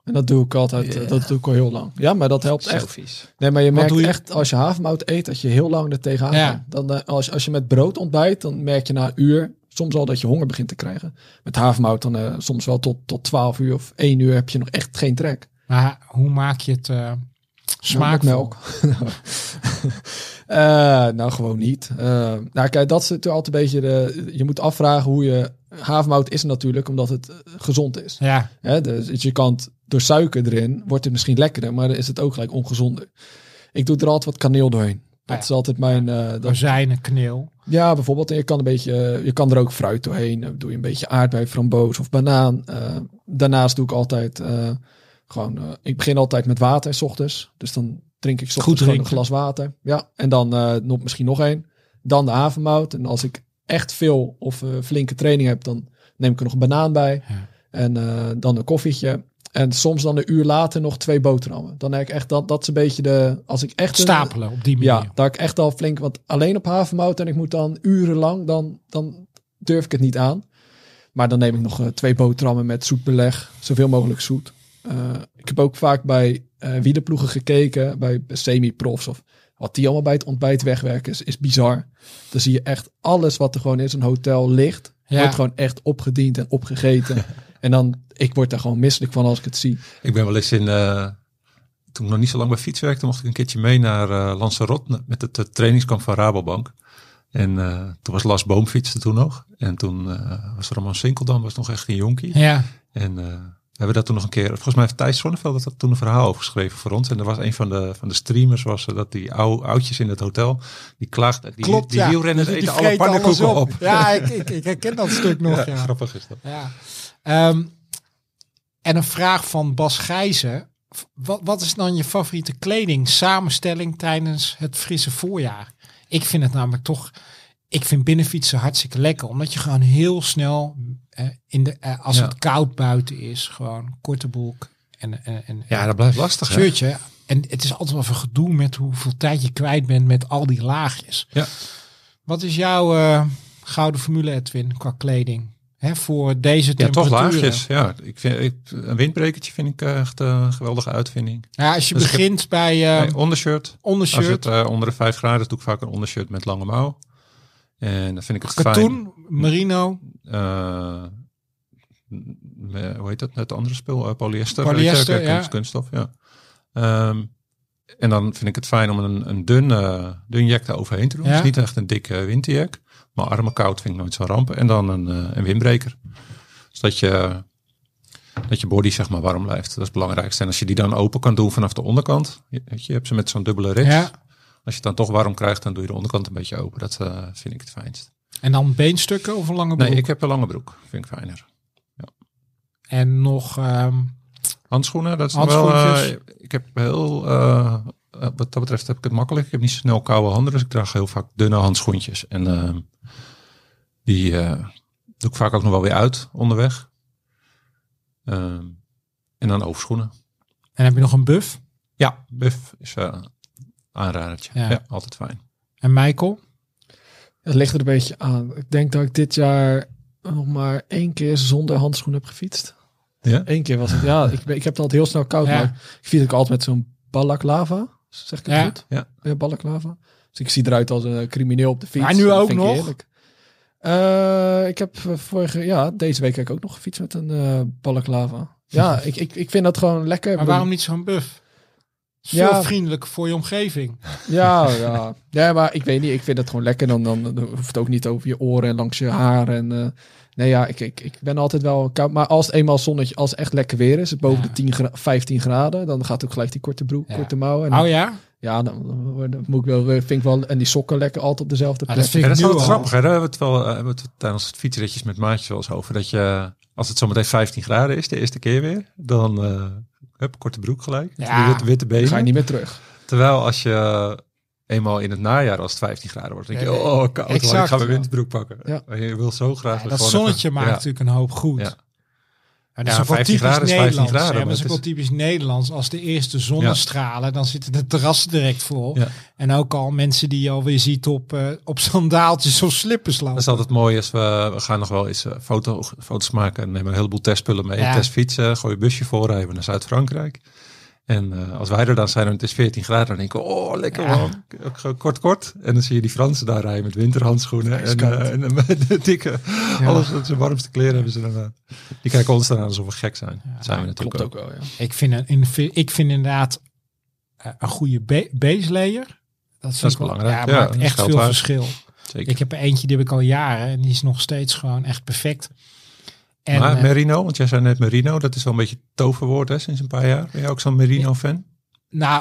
En dat doe ik altijd. Dat doe ik al heel lang. Ja, maar dat helpt echt. Vies. Nee, maar je merkt echt als je havermout eet, dat je heel lang er tegenaan komt. Dan als je met brood ontbijt, dan merk je na een uur soms al dat je honger begint te krijgen. Met havermout dan soms wel tot 12 uur of 1 uur heb je nog echt geen trek. Maar hoe maak je het smaakvol? Nou, gewoon niet. Nou, kijk, dat is natuurlijk altijd een beetje je moet afvragen hoe je... Havermout is natuurlijk omdat het gezond is. Ja. Dus je kan door suiker erin, wordt het misschien lekkerder, maar dan is het ook gelijk ongezonder. Ik doe er altijd wat kaneel doorheen. Dat is altijd mijn... rozijnen, kaneel. Ja, bijvoorbeeld. En je kan er ook fruit doorheen. Dan doe je een beetje aardbei, framboos of banaan. Daarnaast doe ik altijd ik begin altijd met water 's ochtends. Dus dan drink ik 's ochtends gewoon een glas water. Ja, en dan misschien nog één. Dan de havermout. En als ik echt veel of flinke training heb, dan neem ik er nog een banaan bij. Ja. En dan een koffietje. En soms dan een uur later nog 2 boterhammen. Dan heb ik echt dat is een beetje als ik echt stapelen op die manier. Ja, daar heb ik echt al flink. Want alleen op havermout en ik moet dan urenlang, dan durf ik het niet aan. Maar dan neem ik nog 2 boterhammen met zoet beleg. Zoveel mogelijk zoet. Ik heb ook vaak bij wielerploegen gekeken, bij semi-profs of wat die allemaal bij het ontbijt wegwerken is bizar. Dan zie je echt alles wat er gewoon in zo'n hotel ligt, wordt gewoon echt opgediend en opgegeten. En dan, ik word daar gewoon misselijk van als ik het zie. Ik ben wel eens toen ik nog niet zo lang bij fiets werkte, mocht ik een keertje mee naar Lanzarote met het trainingskamp van Rabobank. En toen was Lars Boom fietste toen nog. En toen was Ramon Sinkeldam, was nog echt een jonkie. Ja. En we hebben dat toen nog een keer, volgens mij heeft Thijs Zonneveld dat toen een verhaal over geschreven voor ons. En er was een van de streamers, was dat die oudjes in het hotel, die klaagden. Klopt, die wielrenners eten alle pannenkoeken op. Ja, ik herken dat stuk nog. Ja. Grappig is dat. Ja. En een vraag van Bas Gijzen. Wat is dan je favoriete kleding samenstelling tijdens het frisse voorjaar? Ik vind het namelijk toch... Ik vind binnenfietsen hartstikke lekker. Omdat je gewoon heel snel... als het koud buiten is... gewoon korte broek. Ja, dat blijft lastig. Shirtje. Hè? En het is altijd wel even gedoe met hoeveel tijd je kwijt bent... met al die laagjes. Ja. Wat is jouw gouden formule, Edwin, qua kleding? Hè, voor deze temperaturen. Ja, toch laagjes. Ja, een windbrekertje vind ik echt een geweldige uitvinding. Ja, als je begint bij... ondershirt. Ondershirt. Als het onder de 5 graden doe ik vaak een ondershirt met lange mouw. En dan vind ik het katoen, merino. Hoe heet dat? Het andere spul? Polyester. Polyester, kunststof, ja. En dan vind ik het fijn om een dun jack eroverheen te doen. Ja. Dus niet echt een dikke winterjack. Maar armen koud vind ik nooit zo rampen. En dan een windbreker. Dus dat je body zeg maar warm blijft. Dat is het belangrijkste. En als je die dan open kan doen vanaf de onderkant. Je hebt ze met zo'n dubbele rits. Ja. Als je het dan toch warm krijgt, dan doe je de onderkant een beetje open. Dat vind ik het fijnst. En dan beenstukken of een lange broek? Nee, ik heb een lange broek. Vind ik fijner. Ja. En nog... handschoenen, dat is wel... ik heb heel... wat dat betreft heb ik het makkelijk. Ik heb niet zo snel koude handen, dus ik draag heel vaak dunne handschoentjes. En die doe ik vaak ook nog wel weer uit onderweg. En dan overschoenen. En heb je nog een buff? Ja, buff is aanradertje. Ja, altijd fijn. En Michael? Het ligt er een beetje aan. Ik denk dat ik dit jaar nog maar 1 keer zonder handschoenen heb gefietst. Ja? 1 keer was het. Ja, ik heb het altijd heel snel koud. Ja. Maar ik fiets ook altijd met zo'n balaclava. Zeg ik het goed? Ja, balaclava. Dus ik zie eruit als een crimineel op de fiets. Maar nu ook nog? Ik heb deze week heb ik ook nog gefietst met een balaclava. Ja, ik vind dat gewoon lekker. Maar waarom niet zo'n buff? Veel vriendelijk voor je omgeving. Ja, maar ik weet niet. Ik vind het gewoon lekker. Dan hoeft het ook niet over je oren en langs je haar. En ik ben altijd wel koud. Maar als het eenmaal zonnetje, als het echt lekker weer is, boven de 15 graden, dan gaat ook gelijk die korte broek, korte mouwen. En ja, dan moet ik wel, vind ik wel. En die sokken lekker altijd op dezelfde plek. Dat is wel grappig. Hè? Daar hebben we het tijdens het fietsritjes met maatjes wel eens over. Dat je, als het zometeen 15 graden is, de eerste keer weer, dan korte broek gelijk. Witte benen. Dan ga je niet meer terug. Terwijl als je eenmaal in het najaar, als het 15 graden wordt, denk je, koud, ik ga mijn winterbroek pakken. Ja. Maar je wil zo graag... dat zonnetje maakt natuurlijk een hoop goed. Dat is ook wel typisch Nederlands. Dat is ook wel typisch Nederlands. Als de eerste zonnestralen, dan zitten de terrassen direct vol. Ja. En ook al mensen die je alweer ziet op sandaaltjes of slippers lopen. Dat is altijd mooi als we gaan nog wel eens foto's maken en nemen een heleboel testspullen mee. Ja. Testfietsen, gooi je busje voor, rijden we naar Zuid-Frankrijk. En als wij er dan zijn en het is 14 graden, dan denken we, oh lekker man, kort. En dan zie je die Fransen daar rijden met winterhandschoenen en met de dikke, alles met zijn warmste kleren hebben ze dan. Die kijken ons dan aan alsof we gek zijn. Dat zijn we natuurlijk ook wel. Ja. Ik vind inderdaad een goede base layer. Dat is belangrijk. Ja, maakt echt veel verschil. Zeker. Ik heb er eentje, die heb ik al jaren en die is nog steeds gewoon echt perfect. En, maar merino, want jij zei net merino, dat is wel een beetje toverwoord hè, sinds een paar jaar. Ben jij ook zo'n merino-fan? Nou,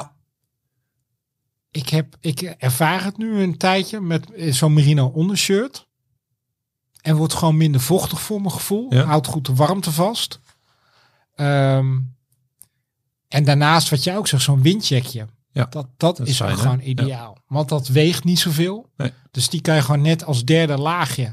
ik ervaar het nu een tijdje met zo'n merino ondershirt. En wordt gewoon minder vochtig voor mijn gevoel. Ja. Houdt goed de warmte vast. En daarnaast, wat jij ook zegt, zo'n windjackje. Ja, dat is fijn, gewoon ideaal. Ja. Want dat weegt niet zoveel. Nee. Dus die kan je gewoon net als derde laagje.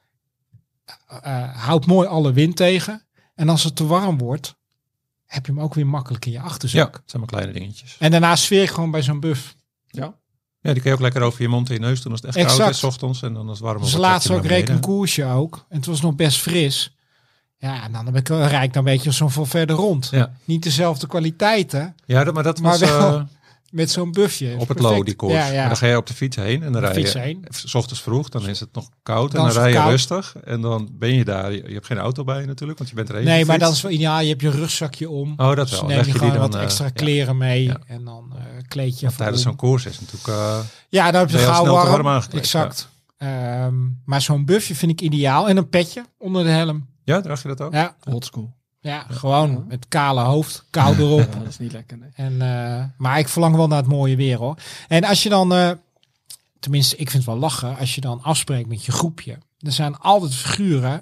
Houdt mooi alle wind tegen. En als het te warm wordt, heb je hem ook weer makkelijk in je achterzak. Ja, dat zijn maar kleine dingetjes. En daarna sfeer ik gewoon bij zo'n buff. Ja, die kan je ook lekker over je mond en je neus doen als het echt koud is, 's ochtends. En dan als het warm wordt. Dus laatst ook reed een koersje ook. En het was nog best fris. Ja, en dan rijd ik dan een beetje zo van verder rond. Ja. Niet dezelfde kwaliteiten. Ja, maar dat was... wel, met zo'n buffje. Op het low, die koers. Ja. Maar dan ga je op de fiets heen en dan rij je 's ochtends vroeg, dan is het nog koud en dan rij je rustig en dan ben je daar. Je hebt geen auto bij je natuurlijk, want je bent er even. Nee, maar dat is wel ideaal. Je hebt je rugzakje om. Oh, dat wel. Dus neem je gewoon wat extra kleren mee en dan kleed je. Tijdens zo'n koers is natuurlijk. Ja, dan heb je gauw warm aangekleed. Exact. Ja. Maar zo'n buffje vind ik ideaal en een petje onder de helm. Ja, draag je dat ook? Ja, oldschool. Ja, gewoon met kale hoofd, kou erop. Ja, dat is niet lekker, nee. En, maar ik verlang wel naar het mooie weer, hoor. En als je dan, tenminste, ik vind het wel lachen, als je dan afspreekt met je groepje. Er zijn altijd figuren,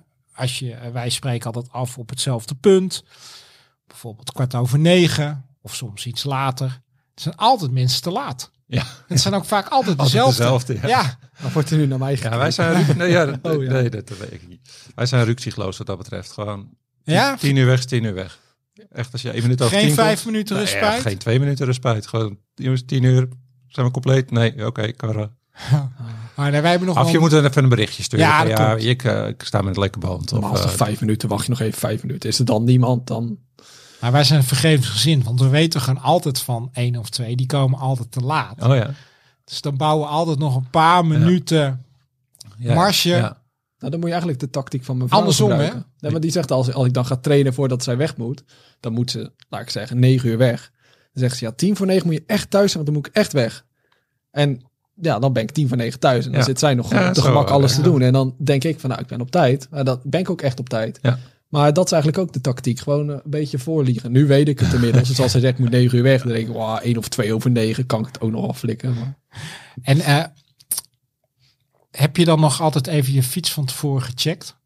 wij spreken altijd af op hetzelfde punt. Bijvoorbeeld 8:45 of soms iets later. Er zijn altijd mensen te laat. Ja. Het zijn ook vaak altijd dezelfde. Ja. Dan wordt er nu naar mij gekeken. Ja, wij zijn nee, dat weet ik niet. Wij zijn ruksigloos wat dat betreft. Gewoon 10 uur weg is 10 uur weg. Echt als je 1 minuut over 10 geen 5 minuten respijt? Geen 2 minuten respijt. Gewoon, jongens, 10 uur. Zijn we compleet? Nee, oké, kan. Maar wij hebben nog je moet dan even een berichtje sturen. Ja, ik sta met een lekker band. Maar als 5 minuten, wacht je nog even 5 minuten. Is er dan niemand dan... Maar wij zijn vergevensgezind, want we weten gewoon altijd van 1 of 2, die komen altijd te laat. Oh ja. Dus dan bouwen we altijd nog een paar minuten marsje. Ja. Nou, dan moet je eigenlijk de tactiek van mijn vrouw andersom, gebruiken. Hè? Nee, maar die zegt als ik dan ga trainen voordat zij weg moet, dan moet ze, laat ik zeggen, 9 uur weg. Dan zegt ze, 8:50 moet je echt thuis zijn, want dan moet ik echt weg. En ja, dan ben ik 8:50 thuis. En dan zit zij nog op de gemak alles te doen. En dan denk ik van, ik ben op tijd. Maar dan ben ik ook echt op tijd. Ja. Maar dat is eigenlijk ook de tactiek. Gewoon een beetje voorliegen. Nu weet ik het inmiddels. Dus als hij zegt, ik moet 9 uur weg. Dan denk ik, 1 of 2:09 kan ik het ook nog afflikken. Maar... En heb je dan nog altijd even je fiets van tevoren gecheckt?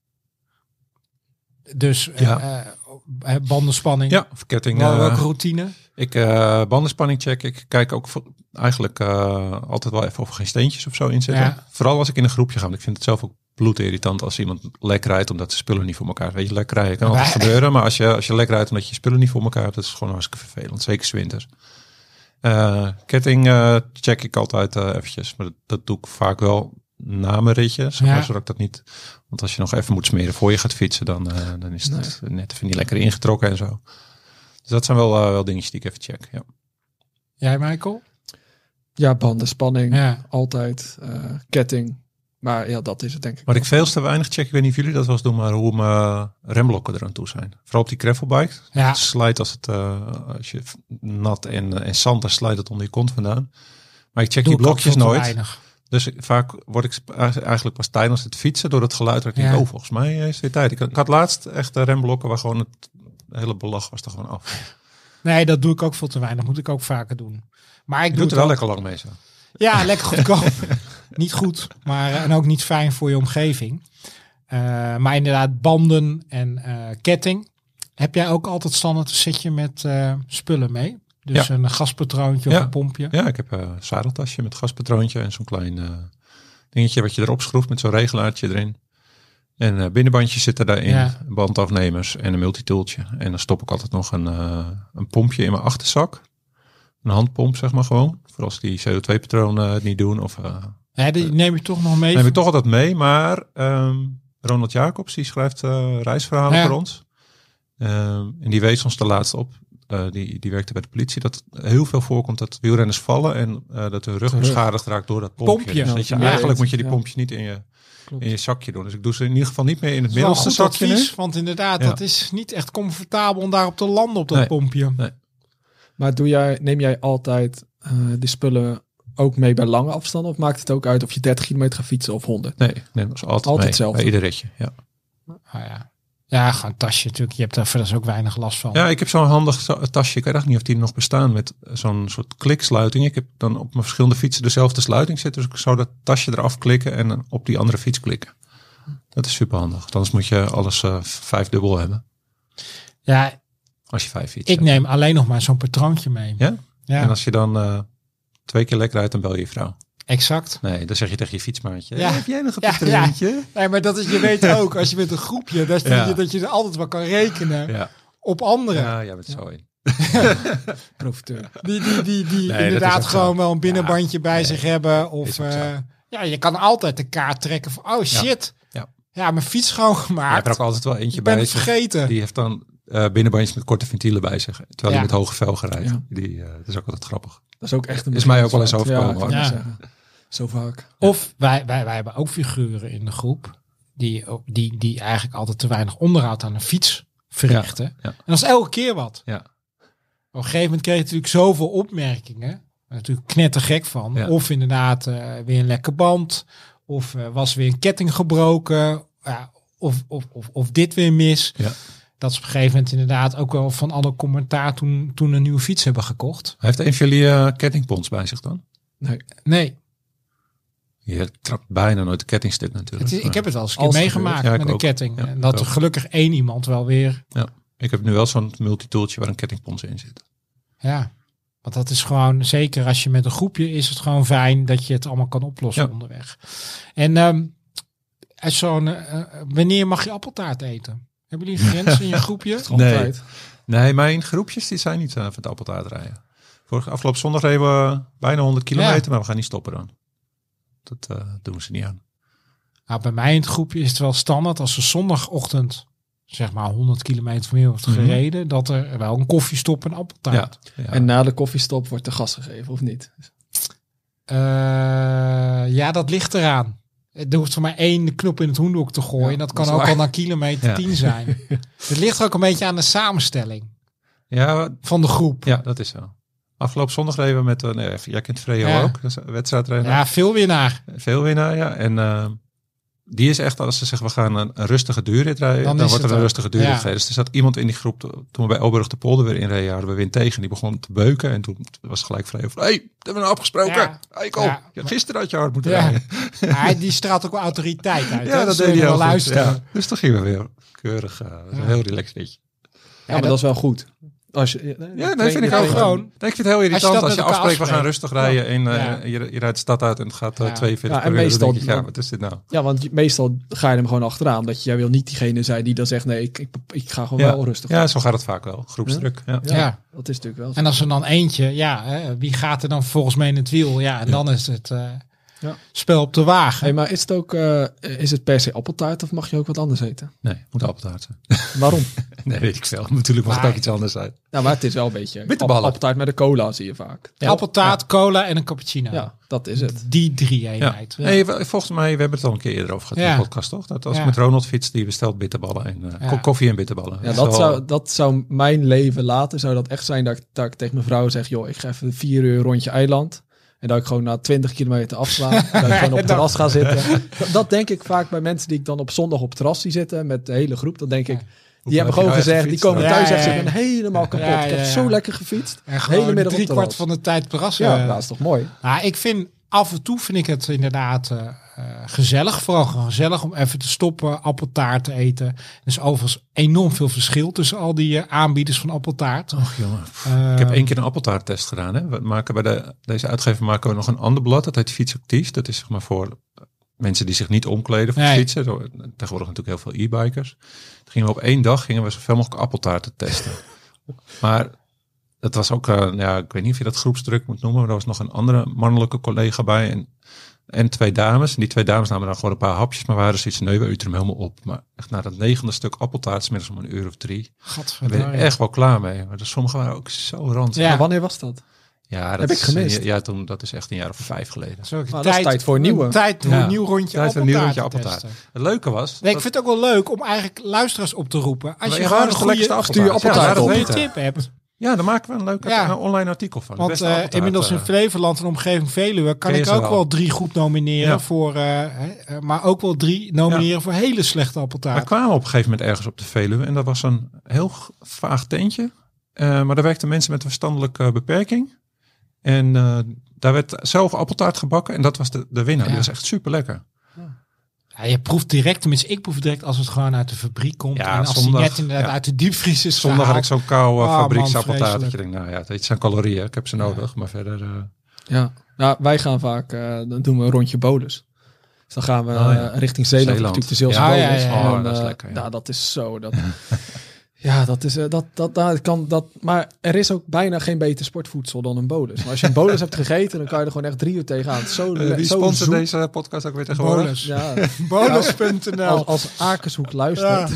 Dus bandenspanning. Ja, of ketting. Welke routine? Ik bandenspanning check. Ik kijk ook eigenlijk altijd wel even of er geen steentjes of zo in zitten. Ja. Vooral als ik in een groepje ga. Want ik vind het zelf ook bloedirritant als iemand lek rijdt omdat de spullen niet voor elkaar. Weet je, lek rijden kan altijd gebeuren. Maar als je lek rijdt omdat je spullen niet voor elkaar hebt, dat is gewoon hartstikke vervelend. Zeker 's winters. Ketting check ik altijd eventjes. Maar dat doe ik vaak wel na mijn ritje. Zodat ik dat niet... Want als je nog even moet smeren voor je gaat fietsen, dan is het net even niet lekker ingetrokken en zo. Dus dat zijn wel dingetjes die ik even check. Ja. Jij, Michael? Ja, bandenspanning. Altijd. Ketting. Maar ja, dat is het denk ik. Wat ik veel te weinig check, ik weet niet of jullie dat wel eens doen, maar hoe mijn remblokken eraan toe zijn. Vooral op die gravelbike. Ja. Het slijt als je nat en zand, dan slijt het onder je kont vandaan. Maar ik check die blokjes nooit. Weinig. Dus vaak word ik eigenlijk pas tijdens het fietsen door het geluid. Dat ik denk, volgens mij is het weer tijd. Ik had laatst echt remblokken waar gewoon het hele belag was er gewoon af. Nee, dat doe ik ook veel te weinig. Dat moet ik ook vaker doen. Maar ik doe het wel lekker lang mee zo. Ja, lekker goedkoop. Niet goed, maar en ook niet fijn voor je omgeving. Maar inderdaad, banden en ketting. Heb jij ook altijd standaard een setje met spullen mee? Dus een gaspatroontje of een pompje? Ja, ik heb een zadeltasje met gaspatroontje en zo'n klein dingetje wat je erop schroeft met zo'n regelaartje erin. En binnenbandjes zitten daarin, bandafnemers en een multitooltje. En dan stop ik altijd nog een pompje in mijn achterzak. Een handpomp, zeg maar gewoon. Voor als die CO2-patronen het niet doen. Of, die neem je toch nog mee? Neem ik toch altijd mee, maar Ronald Jacobs, die schrijft reisverhalen voor ons. En die wees ons de laatste op. Die werkte bij de politie. Dat heel veel voorkomt dat wielrenners vallen en dat hun rug beschadigd raakt door dat pompje. Dus dat je, eigenlijk moet je die pompjes niet in je zakje doen. Dus ik doe ze in ieder geval niet meer in het middelste zakje. Advies, want inderdaad, dat is niet echt comfortabel om daarop te landen op dat pompje. Nee. Maar neem jij altijd de spullen ook mee bij lange afstanden? Of maakt het ook uit of je 30 kilometer gaat fietsen of 100? Nee, dat is altijd hetzelfde. Bij ieder ritje, ja. Ja, gewoon een tasje natuurlijk. Je hebt daar verder ook weinig last van. Ja, ik heb zo'n handig tasje. Ik weet echt niet of die nog bestaan met zo'n soort kliksluiting. Ik heb dan op mijn verschillende fietsen dezelfde sluiting zitten. Dus ik zou dat tasje eraf klikken en dan op die andere fiets klikken. Dat is super handig. Anders moet je alles 5 dubbel hebben. Ja. Als je 5 fietst. Ik neem alleen nog maar zo'n patroontje mee. Ja? En als je dan 2 keer lekker rijdt, dan bel je vrouw. Exact. Nee, dan zeg je tegen je fietsmaatje. Ja. Heb jij nog een patroontje? Ja. Nee, maar dat is, je weet ook, als je met een groepje, dat je er altijd wel kan rekenen op anderen. Ja, jij bent zo in. Profiteur. Die inderdaad gewoon wel een binnenbandje bij zich hebben. Of je kan altijd de kaart trekken van, oh shit. Ja, mijn fiets schoongemaakt. Je hebt er ook altijd wel eentje bij. Ik ben het vergeten. Die heeft dan binnenbandjes met korte ventielen bij zich. Terwijl hij met hoge velgen rijdt. Ja. Dat is ook altijd grappig. Dat is ook echt is mij ook wel eens overkomen. Ja. Zo vaak. Of wij hebben ook figuren in de groep die eigenlijk altijd te weinig onderhoud aan een fiets verrichten. Ja. En dat is elke keer wat. Ja. Op een gegeven moment kreeg je natuurlijk zoveel opmerkingen. Daar natuurlijk knettergek van. Ja. Of inderdaad weer een lekke band. Of was weer een ketting gebroken. Of dit weer mis. Ja. Dat is op een gegeven moment inderdaad ook wel van alle commentaar toen een nieuwe fiets hebben gekocht. Heeft een van jullie kettingpons bij zich dan? Nee. Je trapt bijna nooit de kettingstuk natuurlijk. Ik heb het wel eens een keer meegemaakt met een ketting. En dat er gelukkig één iemand wel weer... Ja, ik heb nu wel zo'n multitooltje waar een kettingpons in zit. Ja, want dat is gewoon, zeker als je met een groepje, is het gewoon fijn dat je het allemaal kan oplossen onderweg. En wanneer mag je appeltaart eten? Hebben jullie een grens in je groepje? Nee, mijn groepjes die zijn niet van het appeltaart rijden. Afgelopen zondag reden we bijna 100 kilometer, maar we gaan niet stoppen dan. Dat doen ze niet aan. Nou, bij mij in het groepje is het wel standaard als ze zondagochtend zeg maar 100 kilometer van meer wordt gereden, dat er wel een koffiestop en appeltaart. Ja. En na de koffiestop wordt er gas gegeven of niet? Dat ligt eraan. Er hoeft voor mij 1 knop in het hoenderhok te gooien. En dat kan ook al na kilometer 10 zijn. Het ligt ook een beetje aan de samenstelling van de groep. Ja, dat is zo. Afgelopen zondag reden we met, jij kent Freo ook, dat is een wedstrijdrenner. Ja, veel winnaar. Ja. En die is echt, als ze zeggen we gaan een rustige duurrit rijden, dan wordt er een rustige duurrit gereden. Dus er zat iemand in die groep, toen we bij Elburg de Polder weer inreden, hadden we wind tegen. Die begon te beuken en toen was gelijk Freo van, dat hebben we nou afgesproken. Gisteren had je hard moeten rijden. Die straalt ook wel autoriteit uit. Ja, dat deed hij wel luisteren. Ja. Dus toen gingen we weer keurig, een heel relaxed ritje. Ja, maar dat is wel goed. Als je, vind ik ook gewoon. Ik vind het heel irritant als je afspreekt, we gaan rustig rijden en je rijdt de stad uit en het gaat 42 per uur. Meestal, dan denk ik, wat is dit nou? Ja, want meestal ga je hem gewoon achteraan. Dat jij wil niet diegene zijn die dan zegt, nee, ik ga gewoon wel rustig. Ja, zo gaat het vaak wel. Groepsdruk. Ja, dat is natuurlijk wel zo. En als er dan eentje, wie gaat er dan volgens mij in het wiel? Ja, en dan is het spel op de wagen. Hey, maar is het ook is het per se appeltaart of mag je ook wat anders eten? Nee, moet appeltaart zijn. Waarom? Nee, weet ik veel. Natuurlijk mag het ook iets anders zijn. Nou, maar het is wel een beetje appeltaart met de cola zie je vaak. Ja, appeltaart, cola en een cappuccino. Ja, dat is het. Die 3-eenheid. Ja. Nee, volgens mij, we hebben het al een keer eerder over gehad in de podcast, toch? Dat als ik met Ronald fiets, die bestelt bitterballen en koffie en bitterballen. Ja, dat zou mijn leven later, zou dat echt zijn dat ik tegen mijn vrouw zeg, joh, ik ga even 4 uur rondje eiland. En dat ik gewoon na 20 kilometer afsla. En dat ik gewoon op het terras ga zitten. Dat denk ik vaak bij mensen die ik dan op zondag op het terras zie zitten. Met de hele groep. Dan denk ik, die hebben gewoon gezegd. Die komen thuis en zeggen, ik ben helemaal kapot. Ik heb zo lekker gefietst. En gewoon hele middag 3/4 van de tijd terrassen. Ja, dat is toch mooi. Nou, af en toe vind ik het inderdaad gezellig. Vooral gezellig om even te stoppen, appeltaart te eten. Er is overigens enorm veel verschil tussen al die aanbieders van appeltaart. Och jongen. Ik heb 1 keer een appeltaarttest gedaan. Hè. We maken deze uitgever maken we nog een ander blad. Dat heet Fietsactief. Dat is zeg maar voor mensen die zich niet omkleden voor fietsen. Tegenwoordig natuurlijk heel veel e-bikers. Toen gingen we op 1 dag zoveel mogelijk appeltaarten testen. Maar dat was ook, ik weet niet of je dat groepsdruk moet noemen. Maar er was nog een andere mannelijke collega bij en 2 dames. En die 2 dames namen dan gewoon een paar hapjes, maar waren zoiets, nee, we eten hem helemaal op. Maar echt na dat 9e stuk appeltaart, 's middags om 1 uur of 3. Daar ben je echt wel klaar mee. Maar sommigen waren ook zo ranzig. Ja. Maar wanneer was dat? Ja, dat heb ik gemist. Dat is echt een jaar of 5 geleden. Dat is tijd voor een nieuwe. Tijd voor een nieuw rondje appeltaart. Het leuke was... Nee, ik vind het ook wel leuk om eigenlijk luisteraars op te roepen. Als je gewoon een goede appeltaart tip hebt. Ja, daar maken we een leuk online artikel van. Want inmiddels in Flevoland en omgeving Veluwe kan ik ook wel 3 goed nomineren voor... maar ook wel 3 nomineren voor hele slechte appeltaart. We kwamen op een gegeven moment ergens op de Veluwe en dat was een heel vaag tentje. Maar daar werkten mensen met een verstandelijke beperking. En daar werd zelf appeltaart gebakken en dat was de winnaar. Die was echt super lekker. Ja, je proeft direct, tenminste ik proef direct als het gewoon uit de fabriek komt. Ja, en als die net inderdaad uit de diepvries is zondag had ik zo'n koude fabrieksappeltaart. Dat je denkt, het zijn calorieën, ik heb ze nodig. Maar verder... Ja, nou, wij gaan vaak, dan doen we een rondje bolus. Dus dan gaan we richting Zeeland. Natuurlijk de Zeelse bolus. Dat is lekker. Nou, dat is zo... Ja, dat is maar er is ook bijna geen beter sportvoedsel dan een bolus. Maar als je een bolus hebt gegeten, dan kan je er gewoon echt 3 uur tegenaan. Wie sponsort deze podcast ook weer tegenwoordig? Bolus. Ja. Bolus.nl. Als Akershoek luistert.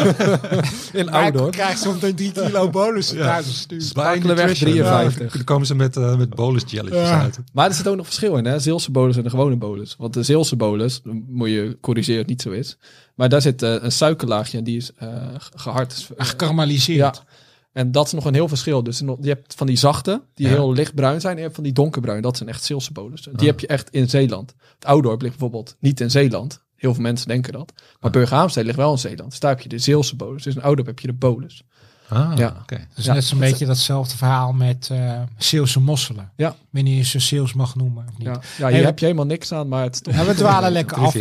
In Oudorp. Krijg je zo'n 3 kilo bolus thuis gestuurd. Spakelenweg 53. Dan komen ze met bolus jelletjes uit. Maar er zit ook nog verschil in, hè? Zeelse bolus en de gewone bolus. Want de Zeelse bolus, moet je corrigeren, het niet zo is. Maar daar zit een suikerlaagje en die is gehard. Gekarameliseerd. Ja. En dat is nog een heel verschil. Dus je hebt van die zachte, die heel lichtbruin zijn. En je hebt van die donkerbruin. Dat zijn echt Zeelse bolus. Die heb je echt in Zeeland. Het Oudorp ligt bijvoorbeeld niet in Zeeland. Heel veel mensen denken dat. Maar Burgerhaamstede ligt wel in Zeeland. Dus daar heb je de Zeelse bolus. Dus in Oudorp heb je de bolus. Dus net zo'n beetje datzelfde verhaal met Zeelse mosselen. Ja. Wanneer je ze Zeels mag noemen of niet. Ja, hier heb je helemaal niks aan. Maar we dwalen lekker af.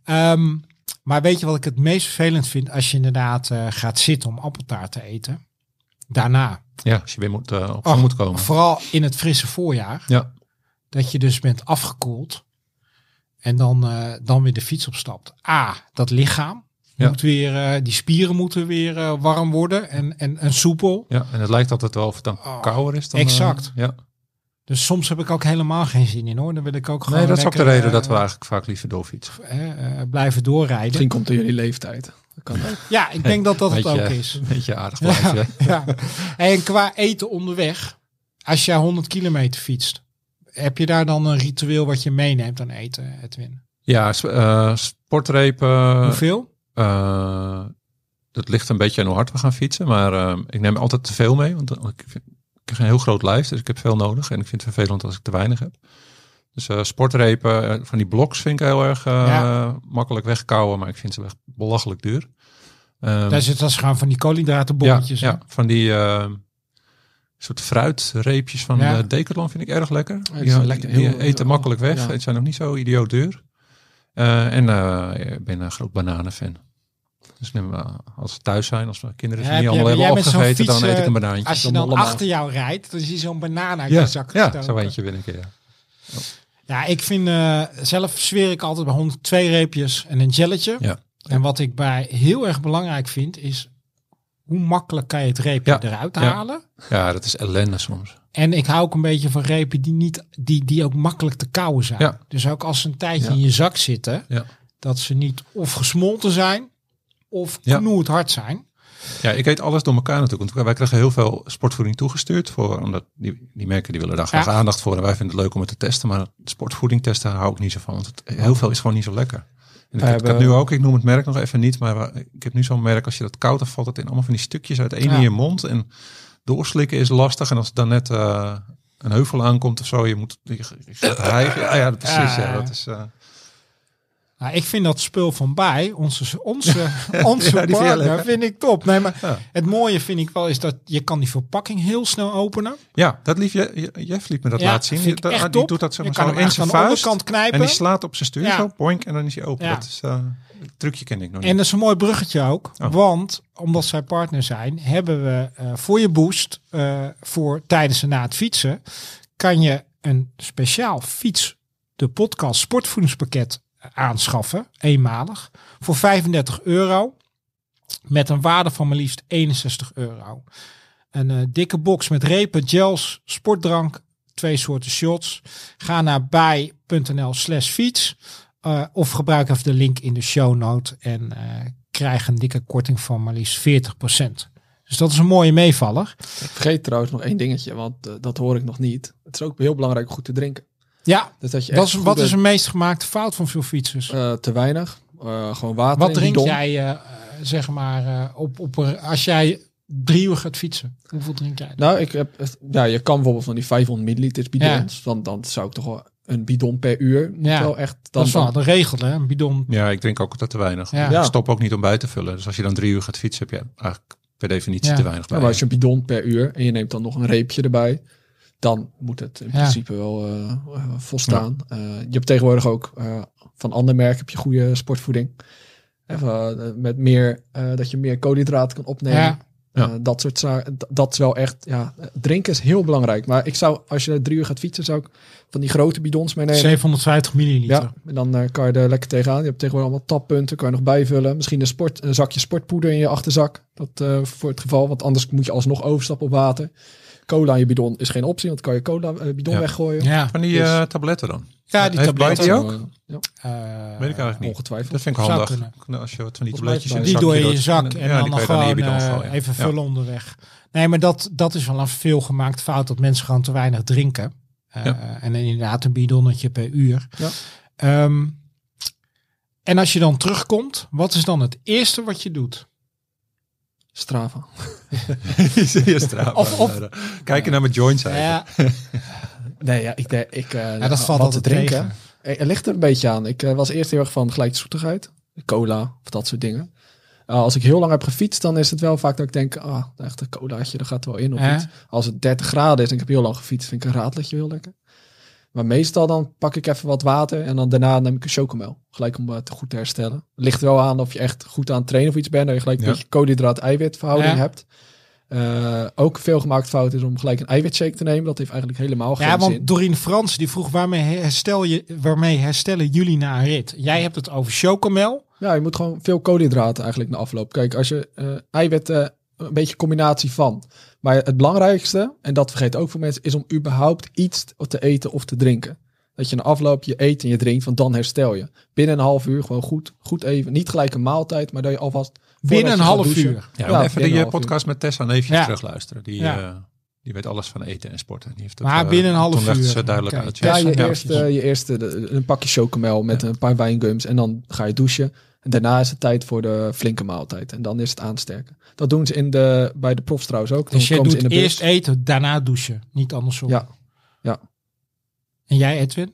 Maar weet je wat ik het meest vervelend vind als je inderdaad gaat zitten om appeltaart te eten? Daarna. Ja, als je weer moet komen. Vooral in het frisse voorjaar. Ja. Dat je dus bent afgekoeld en dan weer de fiets opstapt. Dat lichaam moet weer, die spieren moeten weer warm worden en soepel. Ja, en het lijkt altijd wel of het dan kouder is dan... Exact. Ja. Dus soms heb ik ook helemaal geen zin in hoor. Dan wil ik ook gewoon. Nee, dat is ook de reden dat we eigenlijk vaak liever doorfietsen. Blijven doorrijden. Misschien komt er jullie leeftijd. Dat kan ook. Ja, ik denk dat het ook is. Een beetje aardig blijven. Ja. En qua eten onderweg. Als jij 100 kilometer fietst. Heb je daar dan een ritueel wat je meeneemt aan eten, Edwin? Ja, sportrepen. Hoeveel? Dat ligt een beetje aan hoe hard we gaan fietsen. Maar ik neem altijd te veel mee. Want ik heb een heel groot lijf, dus ik heb veel nodig. En ik vind het vervelend als ik te weinig heb. Dus sportrepen, van die bloks vind ik heel erg makkelijk wegkouwen. Maar ik vind ze echt belachelijk duur. Daar zit als gaan van die koolhydratenbolletjes. Ja, van die soort fruitreepjes van Decathlon vind ik erg lekker. Die eten makkelijk weg. Het zijn nog niet zo idioot duur. Ik ben een groot bananenfan. Dus als we thuis zijn, als we kinderen ze niet allemaal hebben opgegeten, dan eet ik een banaantje. Als je dan achter jou rijdt, dan zie je zo'n banaan uit je zak gestoken. Ja, zo eentje ben ik. Ja, ik vind zelf zweer ik altijd bij 102 reepjes en een jelletje. Ja. En wat ik heel erg belangrijk vind, is hoe makkelijk kan je het reepje eruit halen. Ja, dat is ellende soms. En ik hou ook een beetje van repen die ook makkelijk te kauwen zijn. Ja. Dus ook als ze een tijdje in je zak zitten, dat ze niet of gesmolten zijn of knoerd hard zijn. Ja, ik eet alles door elkaar natuurlijk. Want wij krijgen heel veel sportvoeding toegestuurd. Omdat die merken die willen daar graag aandacht voor. En wij vinden het leuk om het te testen. Maar sportvoeding testen hou ik niet zo van. Want heel veel is gewoon niet zo lekker. En ik heb nu ook, ik noem het merk nog even niet. Maar ik heb nu zo'n merk, als je dat koud valt het in allemaal van die stukjes uiteen in je mond. En doorslikken is lastig. En als het dan net een heuvel aankomt of zo. Je gaat hijgen. Ja, precies. Dat is... Nou, ik vind dat spul van bij, onze partner, vind ik top. Nee, maar het mooie vind ik wel is dat je kan die verpakking heel snel openen. Ja, dat lief Jeff liet me dat laten zien. Die doet dat zo kan in zijn vuist knijpen. En die slaat op zijn stuur zo, boink, en dan is hij open. Ja. Dat is het trucje ken ik nog niet. En dat is een mooi bruggetje ook, want omdat zij partner zijn, hebben we voor je boost, voor tijdens en na het fietsen, kan je een speciaal de podcast sportvoedingspakket aanschaffen, eenmalig, voor €35. Met een waarde van maar liefst €61. Een dikke box met repen, gels, sportdrank, 2 soorten shots. Ga naar bij.nl/fiets of gebruik even de link in de show note en krijg een dikke korting van maar liefst 40%. Dus dat is een mooie meevaller. Ik vergeet trouwens nog 1 dingetje, want dat hoor ik nog niet. Het is ook heel belangrijk om goed te drinken. Ja, dus dat je wat is de meest gemaakte fout van veel fietsers? Te weinig. Gewoon water. Wat drink jij, als jij 3 uur gaat fietsen? Hoeveel drink jij? Nou, je kan bijvoorbeeld van die 500 milliliter bidons. Ja. Dan zou ik toch wel een bidon per uur. Wel echt, dat is wel de regel, hè? Een bidon. Ja, ik drink ook dat te weinig. Ja. Ik stop ook niet om bij te vullen. Dus als je dan 3 uur gaat fietsen, heb je eigenlijk per definitie te weinig bij. Maar als je een bidon per uur en je neemt dan nog een reepje erbij, dan moet het in principe wel volstaan. Ja. Je hebt tegenwoordig ook van ander merk heb je goede sportvoeding. Met meer dat je meer koolhydraten kan opnemen. Ja. Dat soort zaken. Dat is wel echt. Ja, drinken is heel belangrijk. Maar ik zou, als je 3 uur gaat fietsen, zou ik van die grote bidons meenemen. 750 milliliter. Ja, en dan kan je er lekker tegenaan. Je hebt tegenwoordig allemaal tappunten, kan je nog bijvullen. Misschien een zakje sportpoeder in je achterzak. Dat voor het geval, want anders moet je alsnog overstappen op water. Cola in je bidon is geen optie, want kan je cola bidon weggooien. Ja. Van die tabletten dan? Ja, die tabletten die ook? Ja. Weet ik eigenlijk niet. Ongetwijfeld. Dat vind ik handig. Als je wat van die tabletjes in die doe je in je zak en dan nog gewoon gooien. Even vullen onderweg. Nee, maar dat is wel een veelgemaakt fout, dat mensen gewoon te weinig drinken. En inderdaad een bidonnetje per uur. Ja. En als je dan terugkomt, wat is dan het eerste wat je doet? Strava. Strava. Of kijken naar mijn joints eigenlijk. Nee, dat valt altijd drinken. Het ligt er een beetje aan. Ik was eerst heel erg van gelijk de zoetigheid. Cola of dat soort dingen. Als ik heel lang heb gefietst, dan is het wel vaak dat ik denk, echt een colaatje, daar gaat wel in of iets. Als het 30 graden is en ik heb heel lang gefietst, vind ik een radlertje heel lekker. Maar meestal dan pak ik even wat water en dan daarna neem ik een chocomel. Gelijk om het goed te herstellen. Het ligt wel aan of je echt goed aan het trainen of iets bent. Dat je gelijk een beetje koolhydraat-eiwit verhouding hebt. Ook veel gemaakt fout is om gelijk een eiwitshake te nemen. Dat heeft eigenlijk helemaal geen zin. Ja, want Doreen Frans die vroeg waarmee herstellen jullie na een rit? Jij hebt het over chocomel. Ja, je moet gewoon veel koolhydraten eigenlijk na afloop. Kijk, als je eiwitten, een beetje combinatie van. Maar het belangrijkste, en dat vergeten ook veel mensen, is om überhaupt iets te eten of te drinken. Dat je na afloop je eet en je drinkt, want dan herstel je. Binnen een half uur gewoon goed even. Niet gelijk een maaltijd, maar dat je alvast binnen een half uur. Ja, even die podcast met Tessa en eventjes terugluisteren. Die weet alles van eten en sporten. Die heeft maar binnen een half uur. Ze duidelijk uit. Ja, je eerste een pakje chocomel met een paar wijngums en dan ga je douchen. En daarna is het tijd voor de flinke maaltijd. En dan is het aansterken. Dat doen ze bij de profs trouwens ook. Dus je doet eerst eten, daarna douchen. Niet andersom. Ja. En jij, Edwin?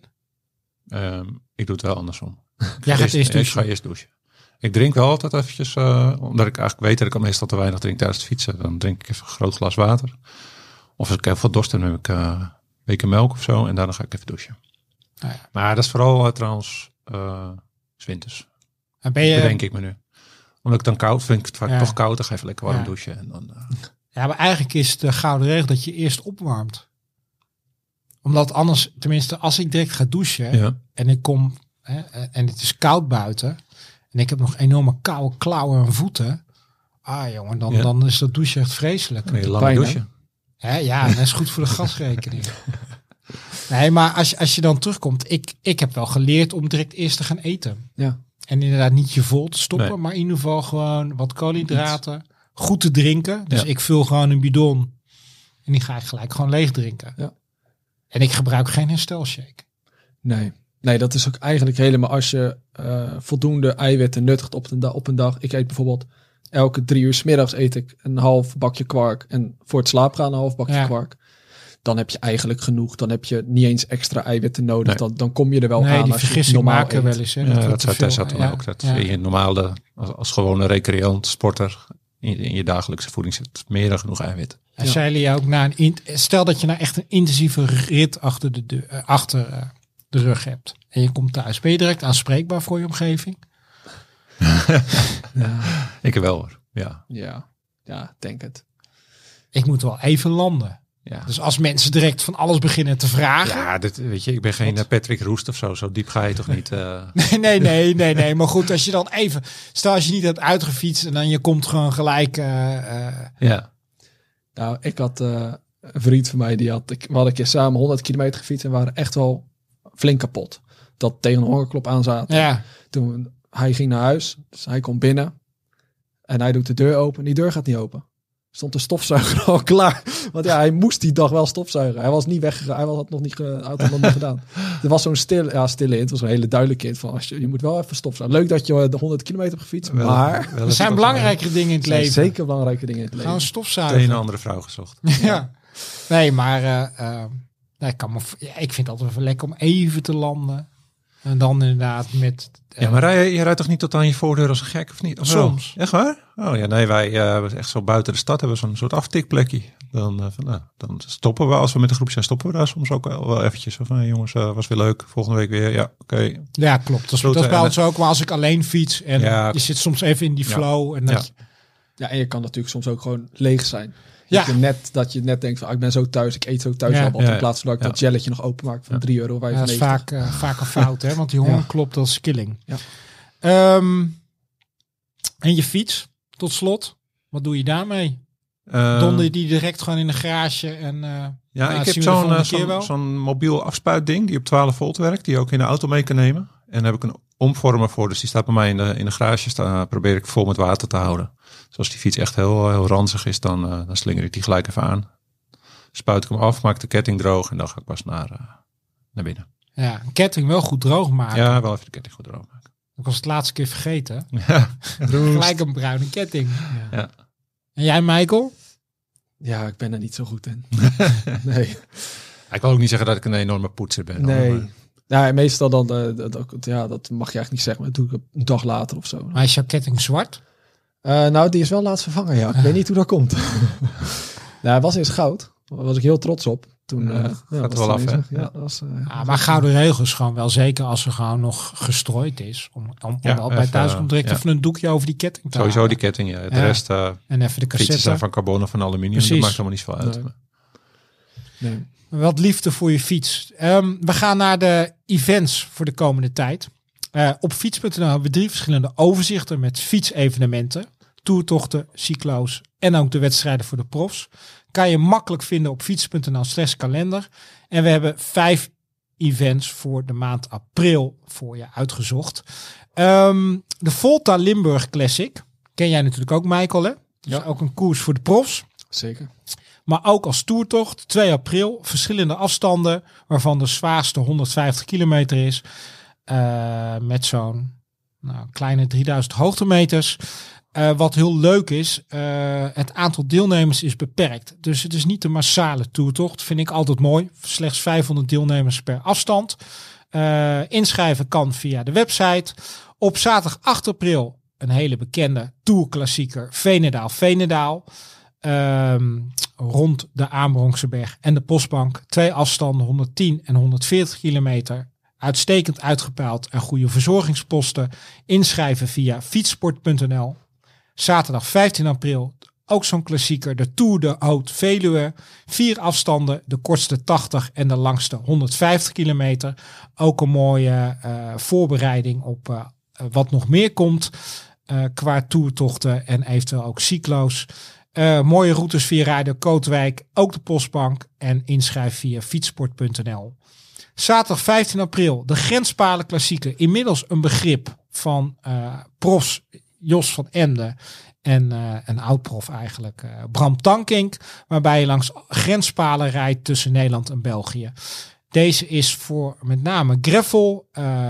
Ik doe het wel andersom. Jij gaat eerst douchen? Ik ga eerst douchen. Ik drink wel altijd eventjes, omdat ik eigenlijk weet dat ik al meestal te weinig drink tijdens het fietsen. Dan drink ik even een groot glas water. Of als ik even wat dorst heb, dan neem ik een beker melk of zo. En daarna ga ik even douchen. Ah, ja. Maar dat is vooral trouwens 's winters. En ben je... Bedenk ik me nu. Omdat ik dan koud vind, ik het vaak toch koud. Dan ga even lekker warm douchen. En dan, Ja, maar eigenlijk is de gouden regel dat je eerst opwarmt. Omdat anders, tenminste als ik direct ga douchen en ik kom en het is koud buiten en ik heb nog enorme koude klauwen en voeten. Jongen, dan is dat douchen echt vreselijk. Een lange douchen. Ja, dat is goed voor de gasrekening. Nee, maar als je dan terugkomt, ik heb wel geleerd om direct eerst te gaan eten. Ja. En inderdaad niet je vol te stoppen, maar in ieder geval gewoon wat koolhydraten, goed te drinken. Dus ik vul gewoon een bidon en die ga ik gelijk gewoon leeg drinken. Ja. En ik gebruik geen herstelshake. Nee, dat is ook eigenlijk helemaal als je voldoende eiwitten nuttigt op een dag. Ik eet bijvoorbeeld elke 3 uur 's middags eet ik een half bakje kwark. En voor het slaap gaan een half bakje kwark. Dan heb je eigenlijk genoeg. Dan heb je niet eens extra eiwitten nodig. Nee. Dan kom je er wel aan. Die vergissing maken wel eens. Hè, dat zou Tessa dan ook. Dat in je normale, als gewone recreant, sporter, in je dagelijkse voeding zit meer dan genoeg eiwitten. En zei jullie ook stel dat je nou echt een intensieve rit achter de rug hebt. En je komt thuis. Ben je direct aanspreekbaar voor je omgeving? Ik wel hoor. Ja, denk het. Ik moet wel even landen. Ja. Dus als mensen direct van alles beginnen te vragen. Ja, weet je, ik ben geen Patrick Roest of zo. Zo diep ga je toch niet... Nee. Maar goed, als je dan even... Stel als je niet hebt uitgefietst en dan je komt gewoon gelijk... Ja. Nou, ik had een vriend van mij, we hadden een keer samen 100 kilometer gefietst en waren echt wel flink kapot. Dat tegen een hongerklop aan zaten. Ja. Toen hij ging naar huis, dus hij komt binnen en hij doet de deur open. Die deur gaat niet open. Stond de stofzuiger al klaar. Want hij moest die dag wel stofzuigen. Hij was niet weggegaan. Hij had het nog niet gedaan. Er was zo'n stille hint. Het was een hele duidelijke hint van je moet wel even stofzuigen. Leuk dat je de 100 kilometer hebt gefietst. Maar er zijn belangrijkere dingen in het leven. Zeker belangrijke dingen in het leven. Gewoon stofzuigen. Een andere vrouw gezocht. Ja. Nee, maar ik vind het altijd wel lekker om even te landen. En dan inderdaad met... Ja, maar je rijdt toch niet tot aan je voordeur als een gek, of niet? Of soms. Wel? Echt waar? Oh ja, nee, wij echt zo buiten de stad hebben zo'n soort aftikplekje. Dan stoppen we, als we met een groep zijn, stoppen we daar soms ook wel eventjes. Van, jongens, was weer leuk, volgende week weer, ja, oké. Ja, klopt. Dat is bij ons ook, maar als ik alleen fiets en je zit soms even in die flow. En en je kan natuurlijk soms ook gewoon leeg zijn. Ja. Dat je net denkt van ik ben zo thuis, ik eet zo thuis al in plaats van dat ik dat jelletje nog openmaak van €3. Ja, dat is vaak een fout, hè? Want die honger klopt als killing. Ja. En je fiets, tot slot, wat doe je daarmee? Donder je die direct gewoon in de garage? En, ik heb zo'n mobiel afspuitding die op 12 volt werkt, die je ook in de auto mee kan nemen. En daar heb ik een omvormer voor, dus die staat bij mij in de garage staan. Probeer ik vol met water te houden. Dus als die fiets echt heel ranzig is, dan slinger ik die gelijk even aan. Spuit ik hem af, maak de ketting droog en dan ga ik pas naar binnen. Ja, een ketting wel goed droog maken. Ja, wel even de ketting goed droog maken. Ik was het laatste keer vergeten. Ja, gelijk een bruine ketting. Ja. En jij, Michael? Ja, ik ben er niet zo goed in. Nee. Ik wil ook niet zeggen dat ik een enorme poetser ben. Nee. Maar... Ja, meestal dan, dat mag je eigenlijk niet zeggen, maar dat doe ik een dag later of zo. Maar is jouw ketting zwart? Nou, die is wel laatst vervangen, ja. Ik weet niet hoe dat komt. Hij was eerst goud. Daar was ik heel trots op. Toen gaat er wel af, hè? Maar gouden regels gewoon wel, zeker als er gewoon nog gestrooid is. Om bij thuis komt direct even een doekje over die ketting te Sowieso halen. die ketting, ja. De rest, en even de cassette. zijn van carbon of van aluminium. Precies. Dat maakt helemaal niet zoveel uit. Nee. Wat liefde voor je fiets. We gaan naar de events voor de komende tijd. Op fiets.nl hebben we 3 verschillende overzichten met fietsevenementen, toertochten, cyclo's en ook de wedstrijden voor de profs. Kan je makkelijk vinden op fiets.nl/kalender. En we hebben 5 events voor de maand april voor je uitgezocht. De Volta Limburg Classic. Ken jij natuurlijk ook, Michael, hè? Dus ook een koers voor de profs. Zeker. Maar ook als toertocht, 2 april, verschillende afstanden, waarvan de zwaarste 150 kilometer is. Met zo'n kleine 3000 hoogtemeters. Wat heel leuk is, het aantal deelnemers is beperkt. Dus het is niet de massale toertocht, vind ik altijd mooi. Slechts 500 deelnemers per afstand. Inschrijven kan via de website. Op zaterdag 8 april een hele bekende tourklassieker Veenendaal. Rond de Amerongense Berg en de Postbank. 2 afstanden, 110 en 140 kilometer. Uitstekend uitgepeild en goede verzorgingsposten. Inschrijven via fietsport.nl. Zaterdag 15 april ook zo'n klassieker. De Tour de Haute-Veluwe. 4 afstanden, de kortste 80 en de langste 150 kilometer. Ook een mooie voorbereiding op wat nog meer komt qua toertochten en eventueel ook cyclo's. Mooie routes via Radio Kootwijk, ook de Postbank en inschrijf via fietsport.nl. Zaterdag 15 april de Grenspalen Klassieker. Inmiddels een begrip van profs Jos van Emden en een oud-prof eigenlijk, Bram Tankink. Waarbij je langs grenspalen rijdt tussen Nederland en België. Deze is voor met name gravel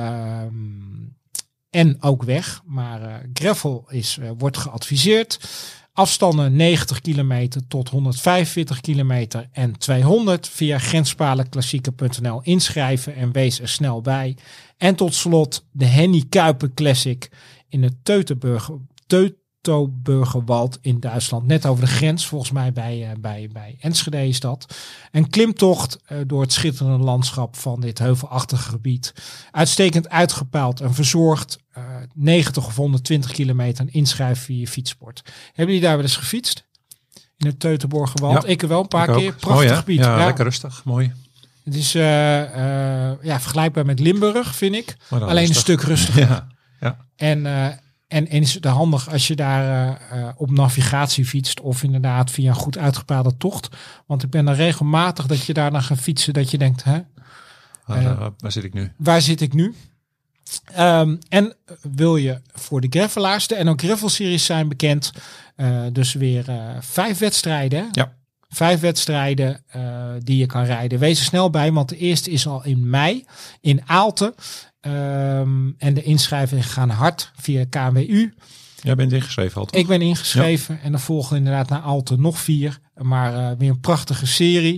en ook weg. Maar gravel wordt geadviseerd. Afstanden 90 kilometer tot 145 kilometer en 200 via grenspaleklassieker.nl inschrijven en wees er snel bij. En tot slot de Henny Kuiper Classic in het Teutoburgerwald in Duitsland. Net over de grens, volgens mij bij Enschede is dat. Een klimtocht door het schitterende landschap van dit heuvelachtige gebied. Uitstekend uitgepeild en verzorgd. 90 of 120 kilometer inschrijven via Fietsport. Hebben jullie daar wel eens gefietst? in het Teutoburg gewandeld. Ja, ik er wel een paar keer. Prachtig mooi, gebied. Ja, lekker rustig. Mooi. Het is vergelijkbaar met Limburg, vind ik. Alleen rustig. Een stuk rustiger. Ja. En is het handig als je daar op navigatie fietst of inderdaad via een goed uitgepaalde tocht. Want ik ben er regelmatig dat je daar dan gaat fietsen dat je denkt, waar zit ik nu? Waar zit ik nu? En wil je voor de gravelaars, de NL Gravel Series zijn bekend. Dus weer 5 wedstrijden. Hè? Ja. 5 wedstrijden die je kan rijden. Wees er snel bij, want de eerste is al in mei in Aalten. En de inschrijvingen gaan hard via KNWU. Jij bent ingeschreven al, toch? Ik ben ingeschreven en dan volgen inderdaad naar Aalten nog 4. Maar weer een prachtige serie.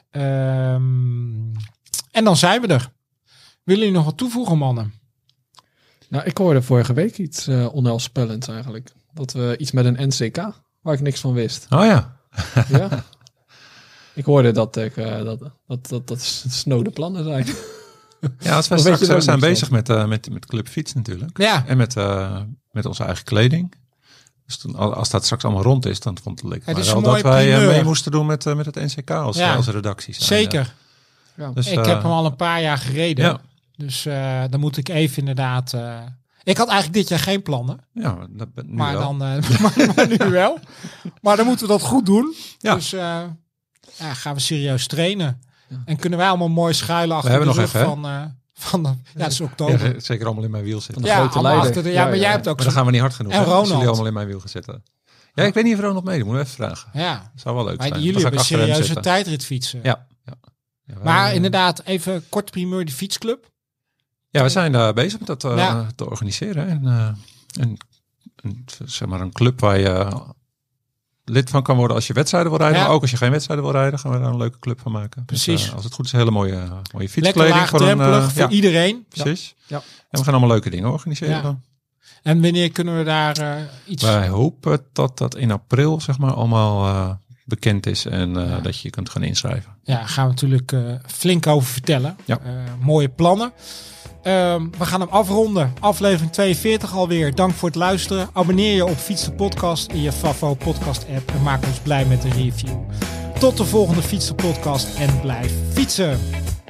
En dan zijn we er. Willen jullie nog wat toevoegen, mannen? Nou, ik hoorde vorige week iets onheilspellends eigenlijk. Dat we iets met een NCK, waar ik niks van wist. Oh ja. Ja. Ik hoorde dat snode plannen zijn. Ja, als we zijn bezig met Club Fiets natuurlijk. Ja. En met onze eigen kleding. Dus toen, als dat straks allemaal rond is, dan vond het wel dat wij mee moesten doen met het NCK als redactie. Zeker. Ja. Dus, ik heb hem al een paar jaar gereden. Ja. Dus dan moet ik even inderdaad... Ik had eigenlijk dit jaar geen plannen. Ja, maar wel. Maar nu wel. Maar dan moeten we dat goed doen. Ja. Dus gaan we serieus trainen. Ja. En kunnen wij allemaal mooi schuilen achter de rug van de... Ja, het is oktober. Ja, zeker allemaal in mijn wiel zitten. Ja, achter maar jij hebt ook... Maar dan gaan we niet hard genoeg. En Ronald. Jullie allemaal in mijn wiel gaan zitten. Ja, ik weet niet of Ronald mee. Dat moeten we even vragen. Ja. Dat zou wel leuk zijn. Jullie hebben serieuze tijdrit fietsen. Ja. Maar inderdaad, even kort primeur die fietsclub. Ja, we zijn daar bezig met dat te organiseren. En zeg maar een club waar je lid van kan worden als je wedstrijden wil rijden. Ja. Maar ook als je geen wedstrijden wil rijden, gaan we daar een leuke club van maken. Precies. Dus, als het goed is, een hele mooie fietskleding. Voor iedereen. Precies. Ja. En we gaan allemaal leuke dingen organiseren dan. En wanneer kunnen we daar iets... Wij hopen dat in april zeg maar allemaal bekend is en dat je kunt gaan inschrijven. Ja, gaan we natuurlijk flink over vertellen. Ja. Mooie plannen. We gaan hem afronden. Aflevering 42 alweer. Dank voor het luisteren. Abonneer je op Fiets de Podcast in je Favo podcast app en maak ons blij met een review. Tot de volgende Fiets de Podcast en blijf fietsen.